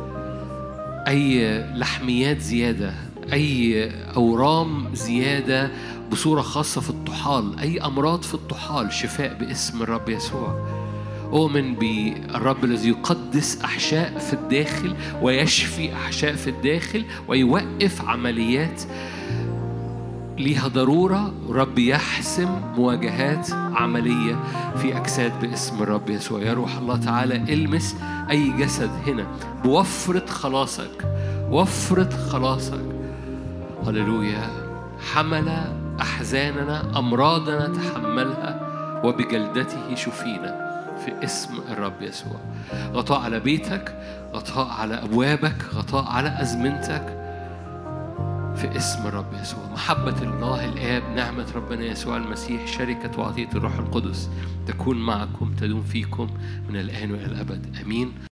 أي لحميات زيادة، أي أورام زيادة بصورة خاصة في الطحال، أي أمراض في الطحال شفاء باسم الرب يسوع. أؤمن بالرب الذي يقدس أحشاء في الداخل ويشفي أحشاء في الداخل ويوقف عمليات ليها ضرورة، ورب يحسم مواجهات عملية في أجساد باسم الرب يسوع. يا روح الله تعالى المس أي جسد هنا بوفرة خلاصك، وفرة خلاصك. هللويا. حمل أحزاننا، أمراضنا تحملها، وبجلدته شفينا في اسم الرب يسوع. غطاء على بيتك، غطاء على أبوابك، غطاء على أزمنتك في اسم الرب يسوع. محبة الله الآب، نعمة ربنا يسوع المسيح، شركة وعطية الروح القدس تكون معكم، تدوم فيكم من الآن وإلى الأبد. آمين.